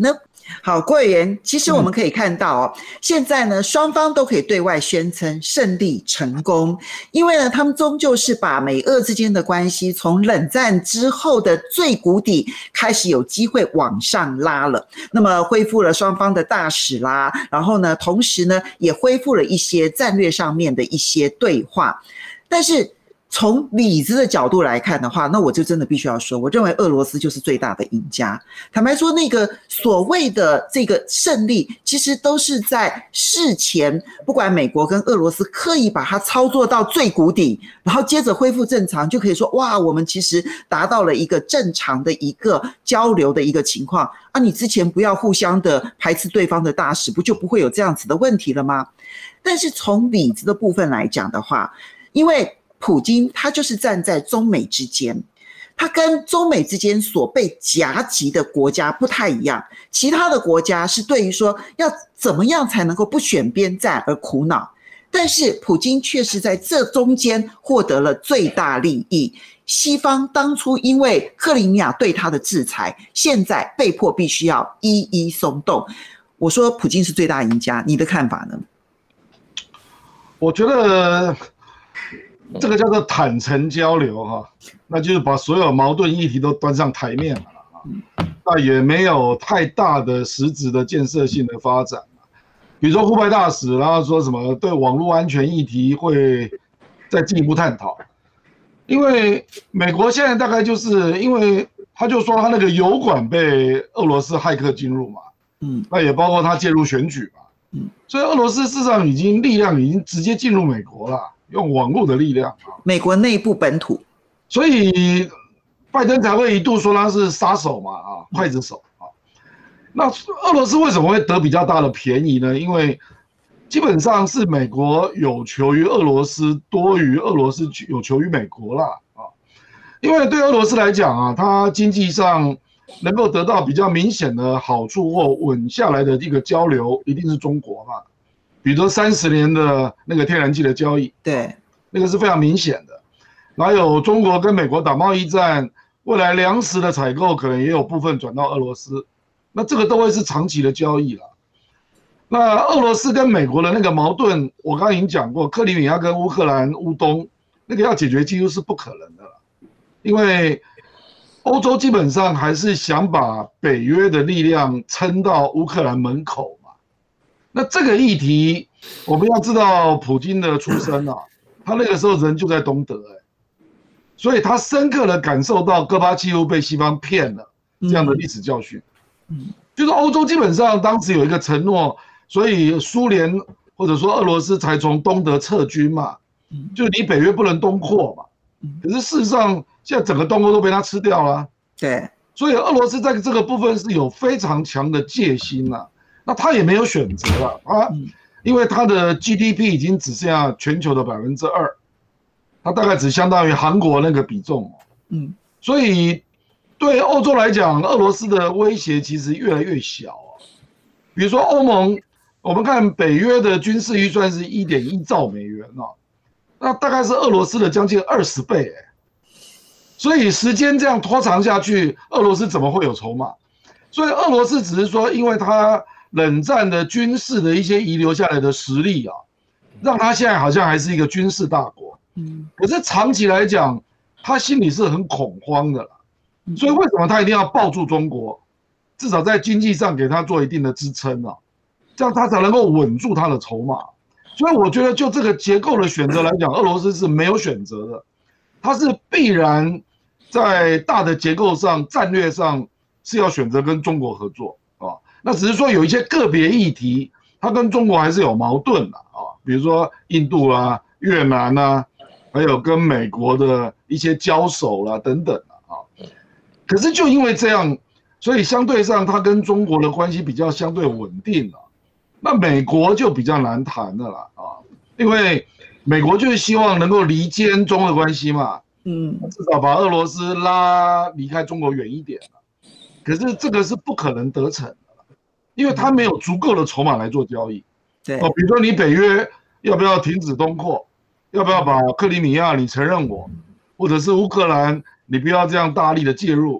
好，郭委员，其实我们可以看到哦，嗯、现在呢，双方都可以对外宣称胜利成功，因为呢，他们终究是把美俄之间的关系从冷战之后的最谷底开始有机会往上拉了。那么恢复了双方的大使啦，然后呢，同时呢，也恢复了一些战略上面的一些对话，但是。从里子的角度来看的话，那我就真的必须要说，我认为俄罗斯就是最大的赢家。坦白说，那个所谓的这个胜利，其实都是在事前，不管美国跟俄罗斯刻意把它操作到最谷底，然后接着恢复正常，就可以说，哇，我们其实达到了一个正常的一个交流的一个情况啊！你之前不要互相的排斥对方的大使，不就不会有这样子的问题了吗？但是从里子的部分来讲的话，因为普京他就是站在中美之间，他跟中美之间所被夹击的国家不太一样，其他的国家是对于说要怎么样才能够不选边站而苦恼，但是普京却是在这中间获得了最大利益。西方当初因为克里米亚对他的制裁，现在被迫必须要一一松动。我说普京是最大赢家，你的看法呢？ 我觉得这个叫做坦诚交流哈，那就是把所有矛盾议题都端上台面了啊，那也没有太大的实质的建设性的发展。比如说互派大使，然后说什么对网络安全议题会再进一步探讨，因为美国现在大概就是因为他就说他那个油管被俄罗斯骇客进入嘛，嗯，那也包括他介入选举嘛，嗯，所以俄罗斯事实上已经力量已经直接进入美国了。用网络的力量， 美国内部本土， 所以拜登才会一度说他是杀手嘛，啊，刽子手啊。那俄罗斯为什么会得比较大的便宜呢？因为基本上是美国有求于俄罗斯多于俄罗斯有求于美国啦，啊。因为对俄罗斯来讲啊，它经济上能够得到比较明显的好处或稳下来的一个交流，一定是中国嘛。比如说三十年的那个天然气的交易， 对， 那个是非常明显的。还有中国跟美国打贸易战，未来粮食的采购可能也有部分转到俄罗斯，那这个都会是长期的交易了。那俄罗斯跟美国的那个矛盾，我刚刚已经讲过，克里米亚跟乌克兰乌东那个要解决几乎是不可能的了，因为欧洲基本上还是想把北约的力量撑到乌克兰门口。那这个议题，我们要知道普京的出身啊，他那个时候人就在东德、欸，所以他深刻的感受到戈巴契夫被西方骗了这样的历史教训。嗯，就是欧洲基本上当时有一个承诺，所以苏联或者说俄罗斯才从东德撤军嘛，就你北约不能东扩嘛。可是事实上，现在整个东欧都被他吃掉了。 对， 所以俄罗斯在这个部分是有非常强的戒心啊。那他也没有选择了啊，因为他的 G D P 已经只剩下全球的百分之二，他大概只相当于韩国那个比重，嗯，所以对欧洲来讲，俄罗斯的威胁其实越来越小啊。比如说欧盟，我们看北约的军事预算是 一点一兆美元啊，那大概是俄罗斯的将近二十倍哎、欸，所以时间这样拖长下去，俄罗斯怎么会有筹码？所以俄罗斯只是说，因为他冷战的军事的一些遗留下来的实力啊，让他现在好像还是一个军事大国。嗯，可是长期来讲，他心里是很恐慌的啦。所以为什么他一定要抱住中国，至少在经济上给他做一定的支撑啊，这样他才能够稳住他的筹码。所以我觉得就这个结构的选择来讲，俄罗斯是没有选择的，他是必然在大的结构上、战略上是要选择跟中国合作啊。那只是说有一些个别议题，它跟中国还是有矛盾的啊，比如说印度啦、越南啦，还有跟美国的一些交手啦等等啊。可是就因为这样，所以相对上它跟中国的关系比较相对稳定了。那美国就比较难谈的啦啊，因为美国就是希望能够离间中的关系嘛，嗯，至少把俄罗斯拉离开中国远一点。可是这个是不可能得逞的。因为他没有足够的筹码来做交易， 对哦，比如说你北约要不要停止东扩，要不要把克里米亚你承认我，或者是乌克兰你不要这样大力的介入，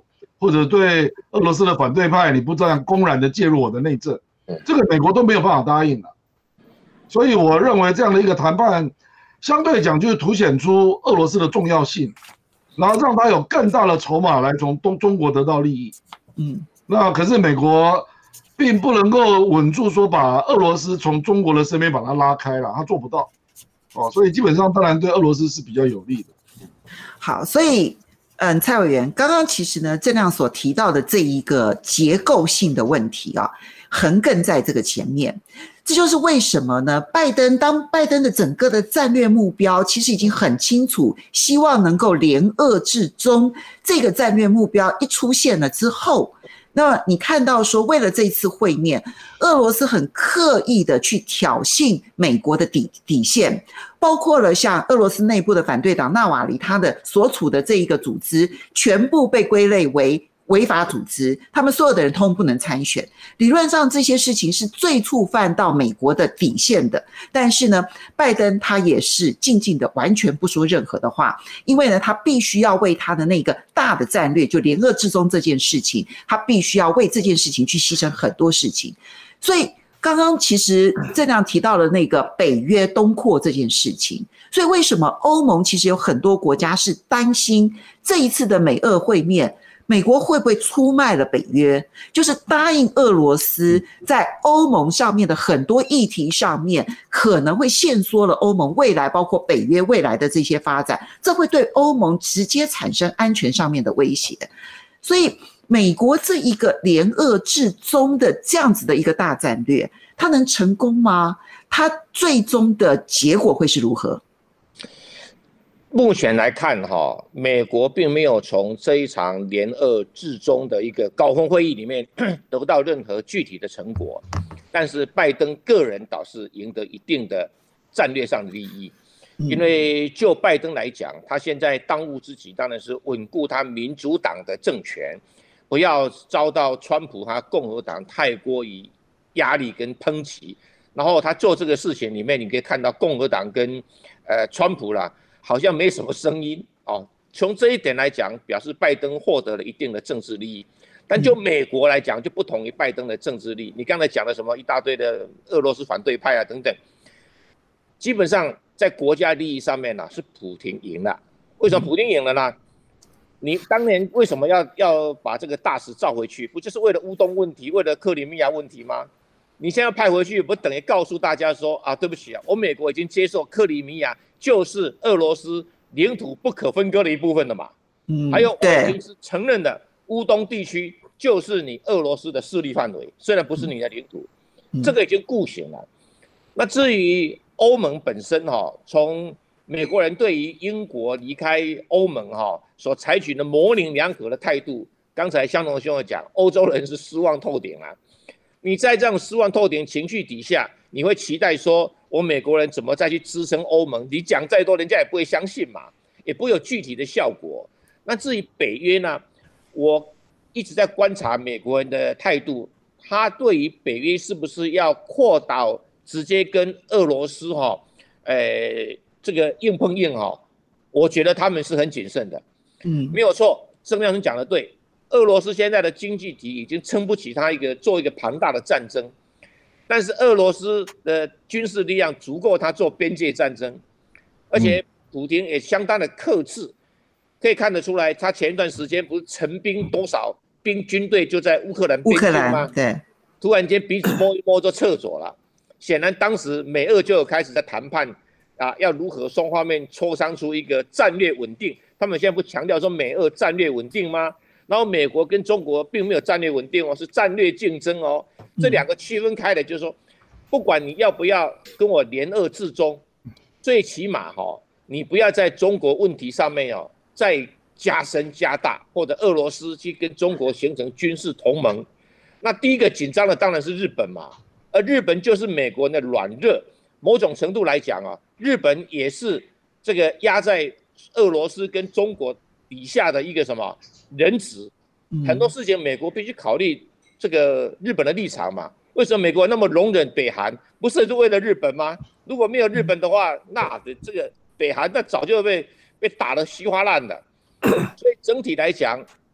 或者对俄罗斯的反对派，你不这样公然的介入我的内政，这个美国都没有办法答应的。所以我认为这样的一个谈判，相对讲就是凸显出俄罗斯的重要性，然后让他有更大的筹码来从东中国得到利益。嗯，那可是美国并不能够稳住说把俄罗斯从中国的身边把它拉开了，他做不到。哦，所以基本上当然对俄罗斯是比较有利的。 好，所以嗯，蔡委员刚刚其实呢，郑亮所提到的这一个结构性的问题啊，横亘在这个前面。这就是为什么呢？拜登当拜登的整个的战略目标其实已经很清楚，希望能够联俄制中，这个战略目标一出现了之后，那你看到说，为了这次会面，俄罗斯很刻意的去挑衅美国的底底线，包括了像俄罗斯内部的反对党纳瓦里，他的所处的这一个组织，全部被归类为违法组织，他们所有的人通不能参选。理论上这些事情是最触犯到美国的底线的，但是呢，拜登他也是静静的完全不说任何的话，因为呢，他必须要为他的那个大的战略，就联俄制中这件事情，他必须要为这件事情去牺牲很多事情。所以刚刚其实郑亮提到了那个北约东扩这件事情，所以为什么欧盟其实有很多国家是担心这一次的美俄会面，美国会不会出卖了北约，就是答应俄罗斯在欧盟上面的很多议题上面可能会限缩了欧盟未来包括北约未来的这些发展，这会对欧盟直接产生安全上面的威胁。所以美国这一个联俄制中的这样子的一个大战略，它能成功吗？它最终的结果会是如何？ 目前来看哈，美国并没有从这一场联俄制中的一个高峰会议里面得到任何具体的成果，但是拜登个人倒是赢得一定的战略上的利益。因为就拜登来讲，他现在当务之急当然是稳固他民主党的政权，不要遭到川普他共和党太过于压力跟抨击。然后他做这个事情里面，你可以看到共和党跟呃川普啦，好像没什么声音哦。从这一点来讲，表示拜登获得了一定的政治利益。但就美国来讲，就不同于拜登的政治利益。你刚才讲的什么一大堆的俄罗斯反对派啊等等，基本上在国家利益上面呢、啊，是普丁赢了。为什么普丁赢了呢？你当年为什么要要把这个大使召回去？不就是为了乌东问题，为了克里米亚问题吗？你现在派回去，不等于告诉大家说啊，对不起啊，我美国已经接受克里米亚就是俄罗斯领土不可分割的一部分了嘛？嗯，还有我已经是承认的乌东地区就是你俄罗斯的势力范围，虽然不是你的领土，这个已经固行了。那至于欧盟本身哈、哦，从美国人对于英国离开欧盟哈、哦、所采取的模棱两可的态度，刚才香农兄有讲，欧洲人是失望透顶啊。你在这样失望透顶情绪底下，你会期待说，我美国人怎么再去支撑欧盟？你讲再多，人家也不会相信嘛，也不会有具体的效果。那至于北约呢，我一直在观察美国人的态度，他对于北约是不是要扩到直接跟俄罗斯哈、哦，呃，这个硬碰硬哈、哦，我觉得他们是很谨慎的。嗯，没有错，郑亮兄讲的对。俄罗斯现在的经济体已经撑不起他一个做一个庞大的战争，但是俄罗斯的军事力量足够他做边界战争，而且普丁也相当的克制，可以看得出来，他前一段时间不是成兵多少兵军队就在乌克兰边境吗？ 对， 突然间鼻子摸一摸就撤走了。显然当时美俄就有开始在谈判啊，要如何双方面磋商出一个战略稳定。他们现在不强调说美俄战略稳定吗？然后美国跟中国并没有战略稳定哦，是战略竞争哦。这两个区分开的，就是说，不管你要不要跟我联俄制中，最起码哈、哦，你不要在中国问题上面哦再加深加大，或者俄罗斯去跟中国形成军事同盟。那第一个紧张的当然是日本嘛，而日本就是美国的软肋，某种程度来讲啊，日本也是这个压在俄罗斯跟中国底下的一个什么人质，很多事情美国必须考虑这个日本的立场嘛。为什么美国那么容忍北韩？不是为了日本吗？如果没有日本的话，那这个北韩那早就被被打得稀巴烂了。所以整体来讲，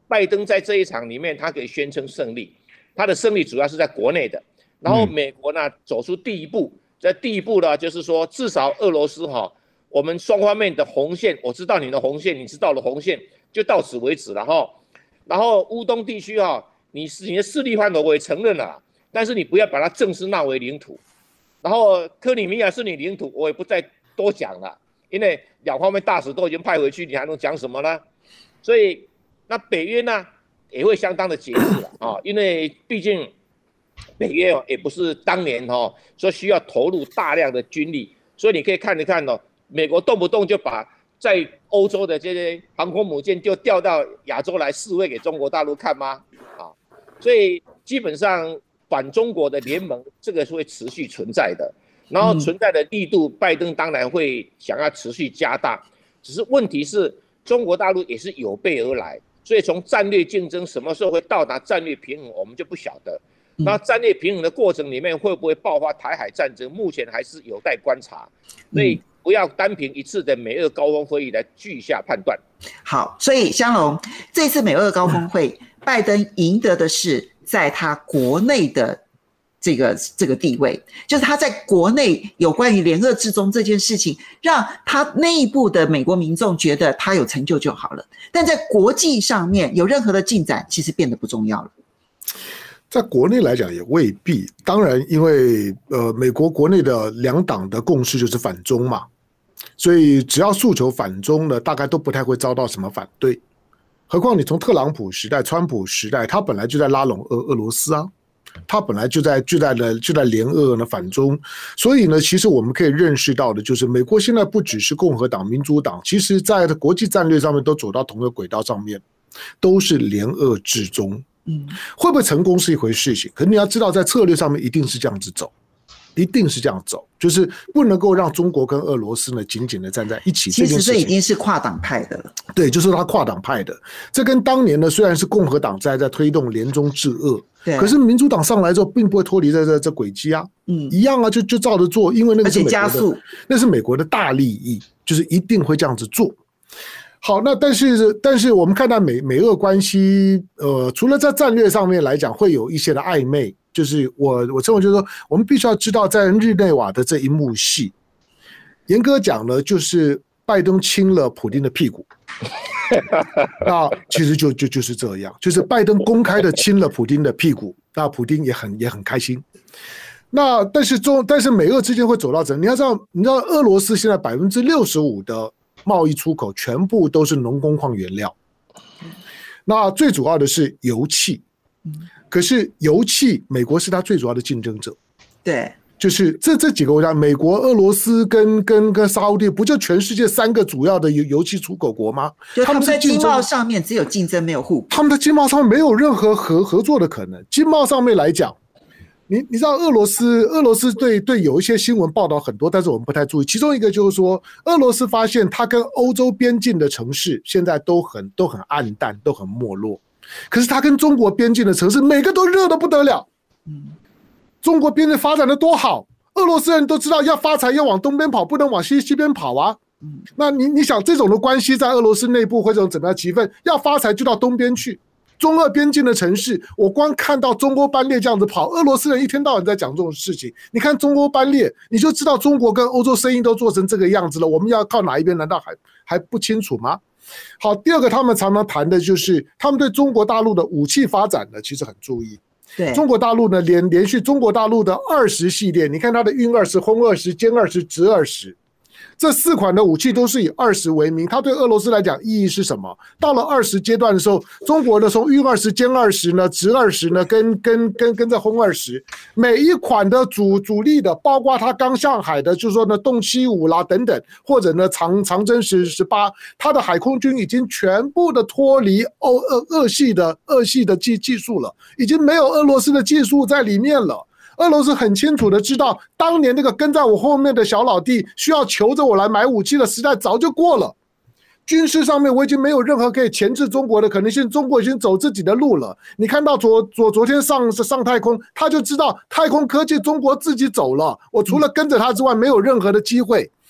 拜登在这一场里面，他可以宣称胜利，他的胜利主要是在国内的。然后美国呢走出第一步，在第一步呢就是说，至少俄罗斯哈，我们双方面的红线，我知道你的红线，你知道的红线，就到此为止了哈。然后乌东地区哈，你是你的势力范围我也承认了，但是你不要把它正式纳为领土。然后克里米亚是你领土，我也不再多讲了，因为两方面大使都已经派回去，你还能讲什么呢？所以那北约呢也会相当的节制了啊，因为毕竟北约也不是当年哈说需要投入大量的军力，所以你可以看一看哦，美国动不动就把在欧洲的这些航空母舰就调到亚洲来示威给中国大陆看吗？啊，所以基本上反中国的联盟这个是会持续存在的，然后存在的力度，拜登当然会想要持续加大，只是问题是中国大陆也是有备而来，所以从战略竞争什么时候会到达战略平衡，我们就不晓得。那战略平衡的过程里面会不会爆发台海战争，目前还是有待观察，所以不要单凭一次的美俄高峰会议来据下判断。 好，所以香龙这次美俄高峰会，拜登赢得的是在他国内的这个这个地位，就是他在国内有关于联俄制中这件事情，让他内部的美国民众觉得他有成就就好了，但在国际上面有任何的进展，其实变得不重要了。 在国内来讲也未必，当然因为呃美国国内的两党的共识就是反中嘛，所以只要诉求反中呢，大概都不太会遭到什么反对。何况你从特朗普时代、川普时代，他本来就在拉拢俄俄罗斯啊，他本来就在就在了就在联俄呢反中，所以呢，其实我们可以认识到的就是，美国现在不只是共和党、民主党，其实在国际战略上面都走到同一个轨道上面，都是联俄制中。嗯，会不会成功是一回事情，可是你要知道，在策略上面一定是这样子走，一定是这样走，就是不能够让中国跟俄罗斯呢紧紧的站在一起。 其实这已经是跨党派的了，对， 就是他跨党派的。这跟当年呢，虽然是共和党在在推动联中制俄，可是民主党上来之后，并不会脱离在这这轨迹啊，嗯，一样啊，就就照着做，因为那个是美国的，而且加速，那是美国的大利益，就是一定会这样子做。好，那但是但是我们看到美美俄关系，呃，除了在战略上面来讲会有一些的暧昧，就是我我称为就是说，我们必须要知道，在日内瓦的这一幕戏，严格讲呢，就是拜登亲了普丁的屁股，那其实就就就是这样，就是拜登公开的亲了普丁的屁股，那普丁也很也很开心。那但是中但是美俄之间会走到怎？你要知道，你知道俄罗斯现在百分之六十五的贸易出口全部都是农工矿原料，那最主要的是油气，可是油气美国是它最主要的竞争者， 对， 就是这这几个国家，美国、俄罗斯跟跟跟沙烏地，不就全世界三个主要的油油气出口国吗？ 就他们在经贸上面只有竞争没有互补， 他们在经贸上面没有任何合合作的可能。经贸上面来讲，你你知道俄罗斯俄罗斯对对有一些新闻报道很多，但是我们不太注意。其中一个就是说，俄罗斯发现它跟欧洲边境的城市现在都很都很暗淡，都很没落。可是它跟中国边境的城市每个都热得不得了。嗯，中国边境发展的多好，俄罗斯人都知道要发财要往东边跑，不能往西西边跑啊。嗯，那你你想这种的关系在俄罗斯内部会这种怎么样气氛？要发财就到东边去。中俄边境的城市，我光看到中欧班列这样子跑，俄罗斯人一天到晚在讲这种事情。你看中欧班列，你就知道中国跟欧洲生意都做成这个样子了。我们要靠哪一边？难道还还不清楚吗？好，第二个他们常常谈的就是他们对中国大陆的武器发展呢，其实很注意。 对， 中国大陆呢连连续中国大陆的二十系列，你看它的运二十、轰二十、歼二十、直二十。这四款的武器都是以二十为名，它对俄罗斯来讲意义是什么？到了二十阶段的时候，中国的从运二十、歼二十呢、直二十呢，跟跟跟跟着轰二十，每一款的主主力的，包括它刚上海的，就是说呢动七五啦等等，或者呢长长征十十八，它的海空军已经全部的脱离欧俄俄系的俄系的技技术了，已经没有俄罗斯的技术在里面了。俄罗斯很清楚的知道，当年那个跟在我后面的小老弟需要求着我来买武器的时代早就过了。军事上面我已经没有任何可以钳制中国的可能性，中国已经走自己的路了。你看到昨昨昨天上上太空，他就知道太空科技中国自己走了，我除了跟着他之外没有任何的机会。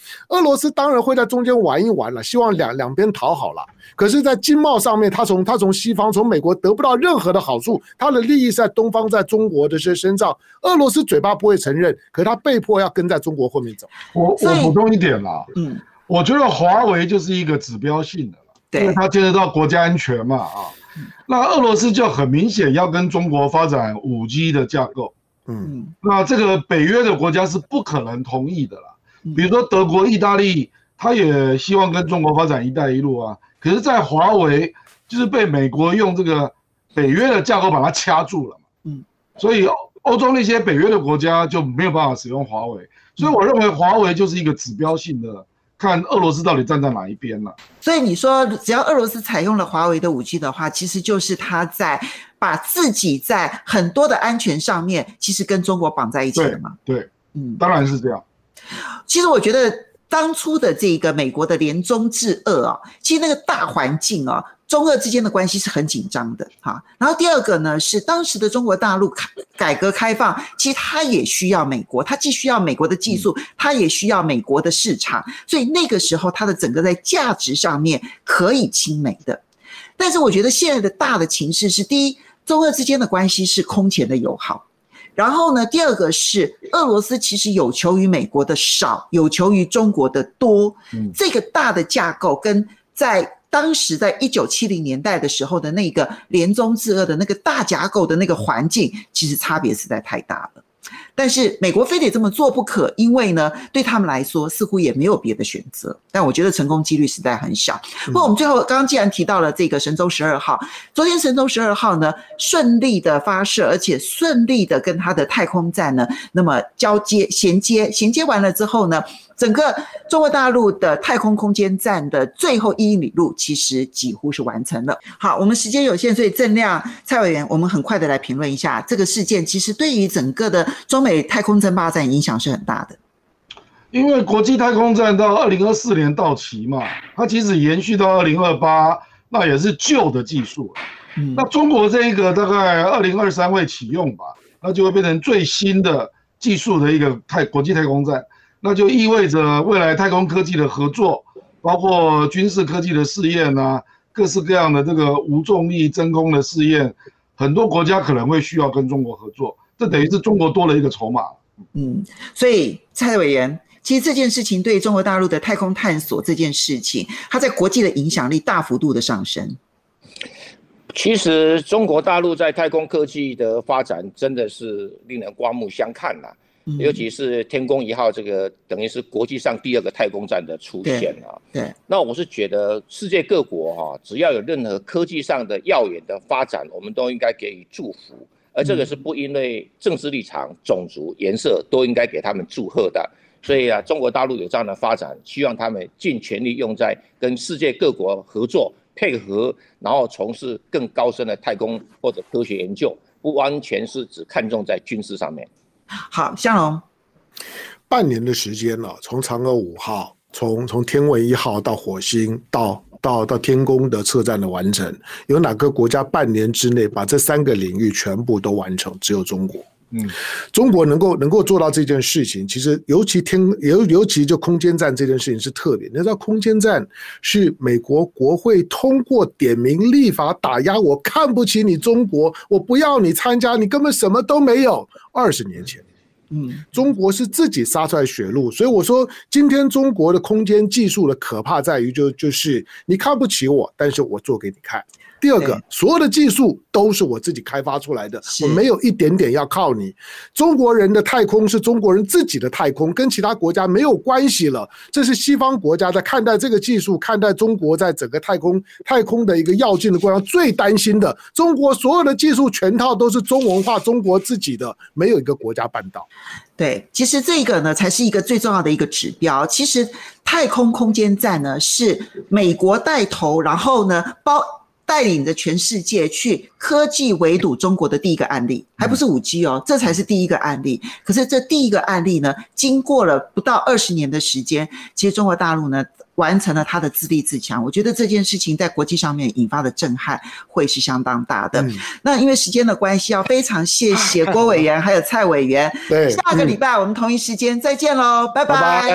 俄罗斯当然会在中间玩一玩了，希望两两边讨好了。可是，在经贸上面，他从他从西方从美国得不到任何的好处，他的利益是在东方，在中国的这身上。俄罗斯嘴巴不会承认，可他被迫要跟在中国后面走。 我我补充一点啦，嗯，我觉得华为就是一个指标性的了， 对， 因为它牵涉到国家安全嘛啊。那俄罗斯就很明显要跟中国发展 五 G 的架构，嗯，那这个北约的国家是不可能同意的啦。比如说德国、意大利，他也希望跟中国发展“一带一路”啊。可是，在华为就是被美国用这个北约的架构把它掐住了嘛，嗯，所以欧洲那些北约的国家就没有办法使用华为，所以我认为华为就是一个指标性的，看俄罗斯到底站在哪一边了。 所以你说，只要俄罗斯采用了华为的 五 G 的话，其实就是他在把自己在很多的安全上面，其实跟中国绑在一起了嘛。 对，对嗯，当然是这样。 其实我觉得。当初的这个美国的联中制俄啊，其实那个大环境啊，中俄之间的关系是很紧张的哈。然后第二个呢，是当时的中国大陆改革开放，其实它也需要美国，它既需要美国的技术，它也需要美国的市场，所以那个时候它的整个在价值上面可以亲美的。但是我觉得现在的大的情势是，第一，中俄之间的关系是空前的友好。然后呢，第二个是俄罗斯其实有求于美国的少，有求于中国的多。嗯，这个大的架构跟在当时在一九七零年代的时候的那个联中制俄的那个大架构的那个环境，其实差别实在太大了。但是美国非得这么做不可，因为呢，对他们来说似乎也没有别的选择。但我觉得成功几率实在很小。不过我们最后刚刚既然提到了这个神舟十二号，昨天神舟十二号呢顺利的发射，而且顺利的跟它的太空站呢那么交接衔接，衔接完了之后呢，整个中国大陆的太空空间站的最后一英里路其实几乎是完成了。好，我们时间有限，所以郑亮蔡委员，我们很快的来评论一下这个事件，其实对于整个的中美太空争霸战影响是很大的。 因为国际太空站到二零二四年到期嘛，它即使延续到二零二八，那也是旧的技术了。嗯，那中国这一个大概二零二三会启用吧，那就会变成最新的技术的一个太国际太空站。那就意味着未来太空科技的合作，包括军事科技的试验啊，各式各样的这个无重力真空的试验，很多国家可能会需要跟中国合作，这等于是中国多了一个筹码。 嗯，所以蔡委员，其实这件事情对中国大陆的太空探索这件事情，它在国际的影响力大幅度的上升。 其实中国大陆在太空科技的发展真的是令人刮目相看啦。尤其是天宫一号这个等于是国际上第二个太空站的出现啊， 对，对那我是觉得世界各国哈、啊，只要有任何科技上的耀眼的发展，我们都应该给予祝福，而这个是不因为政治立场、种族、颜色都应该给他们祝贺的。所以啊，中国大陆有这样的发展，希望他们尽全力用在跟世界各国合作配合，然后从事更高深的太空或者科学研究，不完全是只看重在军事上面。 好，香龙， 半年的时间了，从嫦娥五号，从从天问一号到火星，到到到天宫的测站的完成，有哪个国家半年之内把这三个领域全部都完成？只有中国。嗯，中国能够能够做到这件事情，其实尤其天尤尤其就空间站这件事情是特别。你知道空间站是美国国会通过点名立法打压，我看不起你中国，我不要你参加，你根本什么都没有。二十年前。嗯，中国是自己杀出来血路，所以我说今天中国的空间技术的可怕在于就就是你看不起我，但是我做给你看。第二个，所有的技术都是我自己开发出来的，我没有一点点要靠你。中国人的太空是中国人自己的太空，跟其他国家没有关系了。这是西方国家在看待这个技术，看待中国在整个太空太空的一个要进的过程最担心的。中国所有的技术全套都是中文化，中国自己的，没有一个国家办到。 对，其实这个呢才是一个最重要的一个指标。其实太空空间站呢是美国带头，然后呢包。带领着全世界去科技围堵中国的第一个案例，还不是 五 G 哦，这才是第一个案例。可是这第一个案例呢，经过了不到二十年的时间，其实中国大陆呢完成了它的自立自强。我觉得这件事情在国际上面引发的震撼会是相当大的。嗯、那因为时间的关系，要非常谢谢郭委员还有蔡委员。 对， 下个礼拜我们同一时间再见喽，拜拜。 拜拜。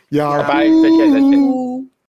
呀， 拜拜，再见，再见。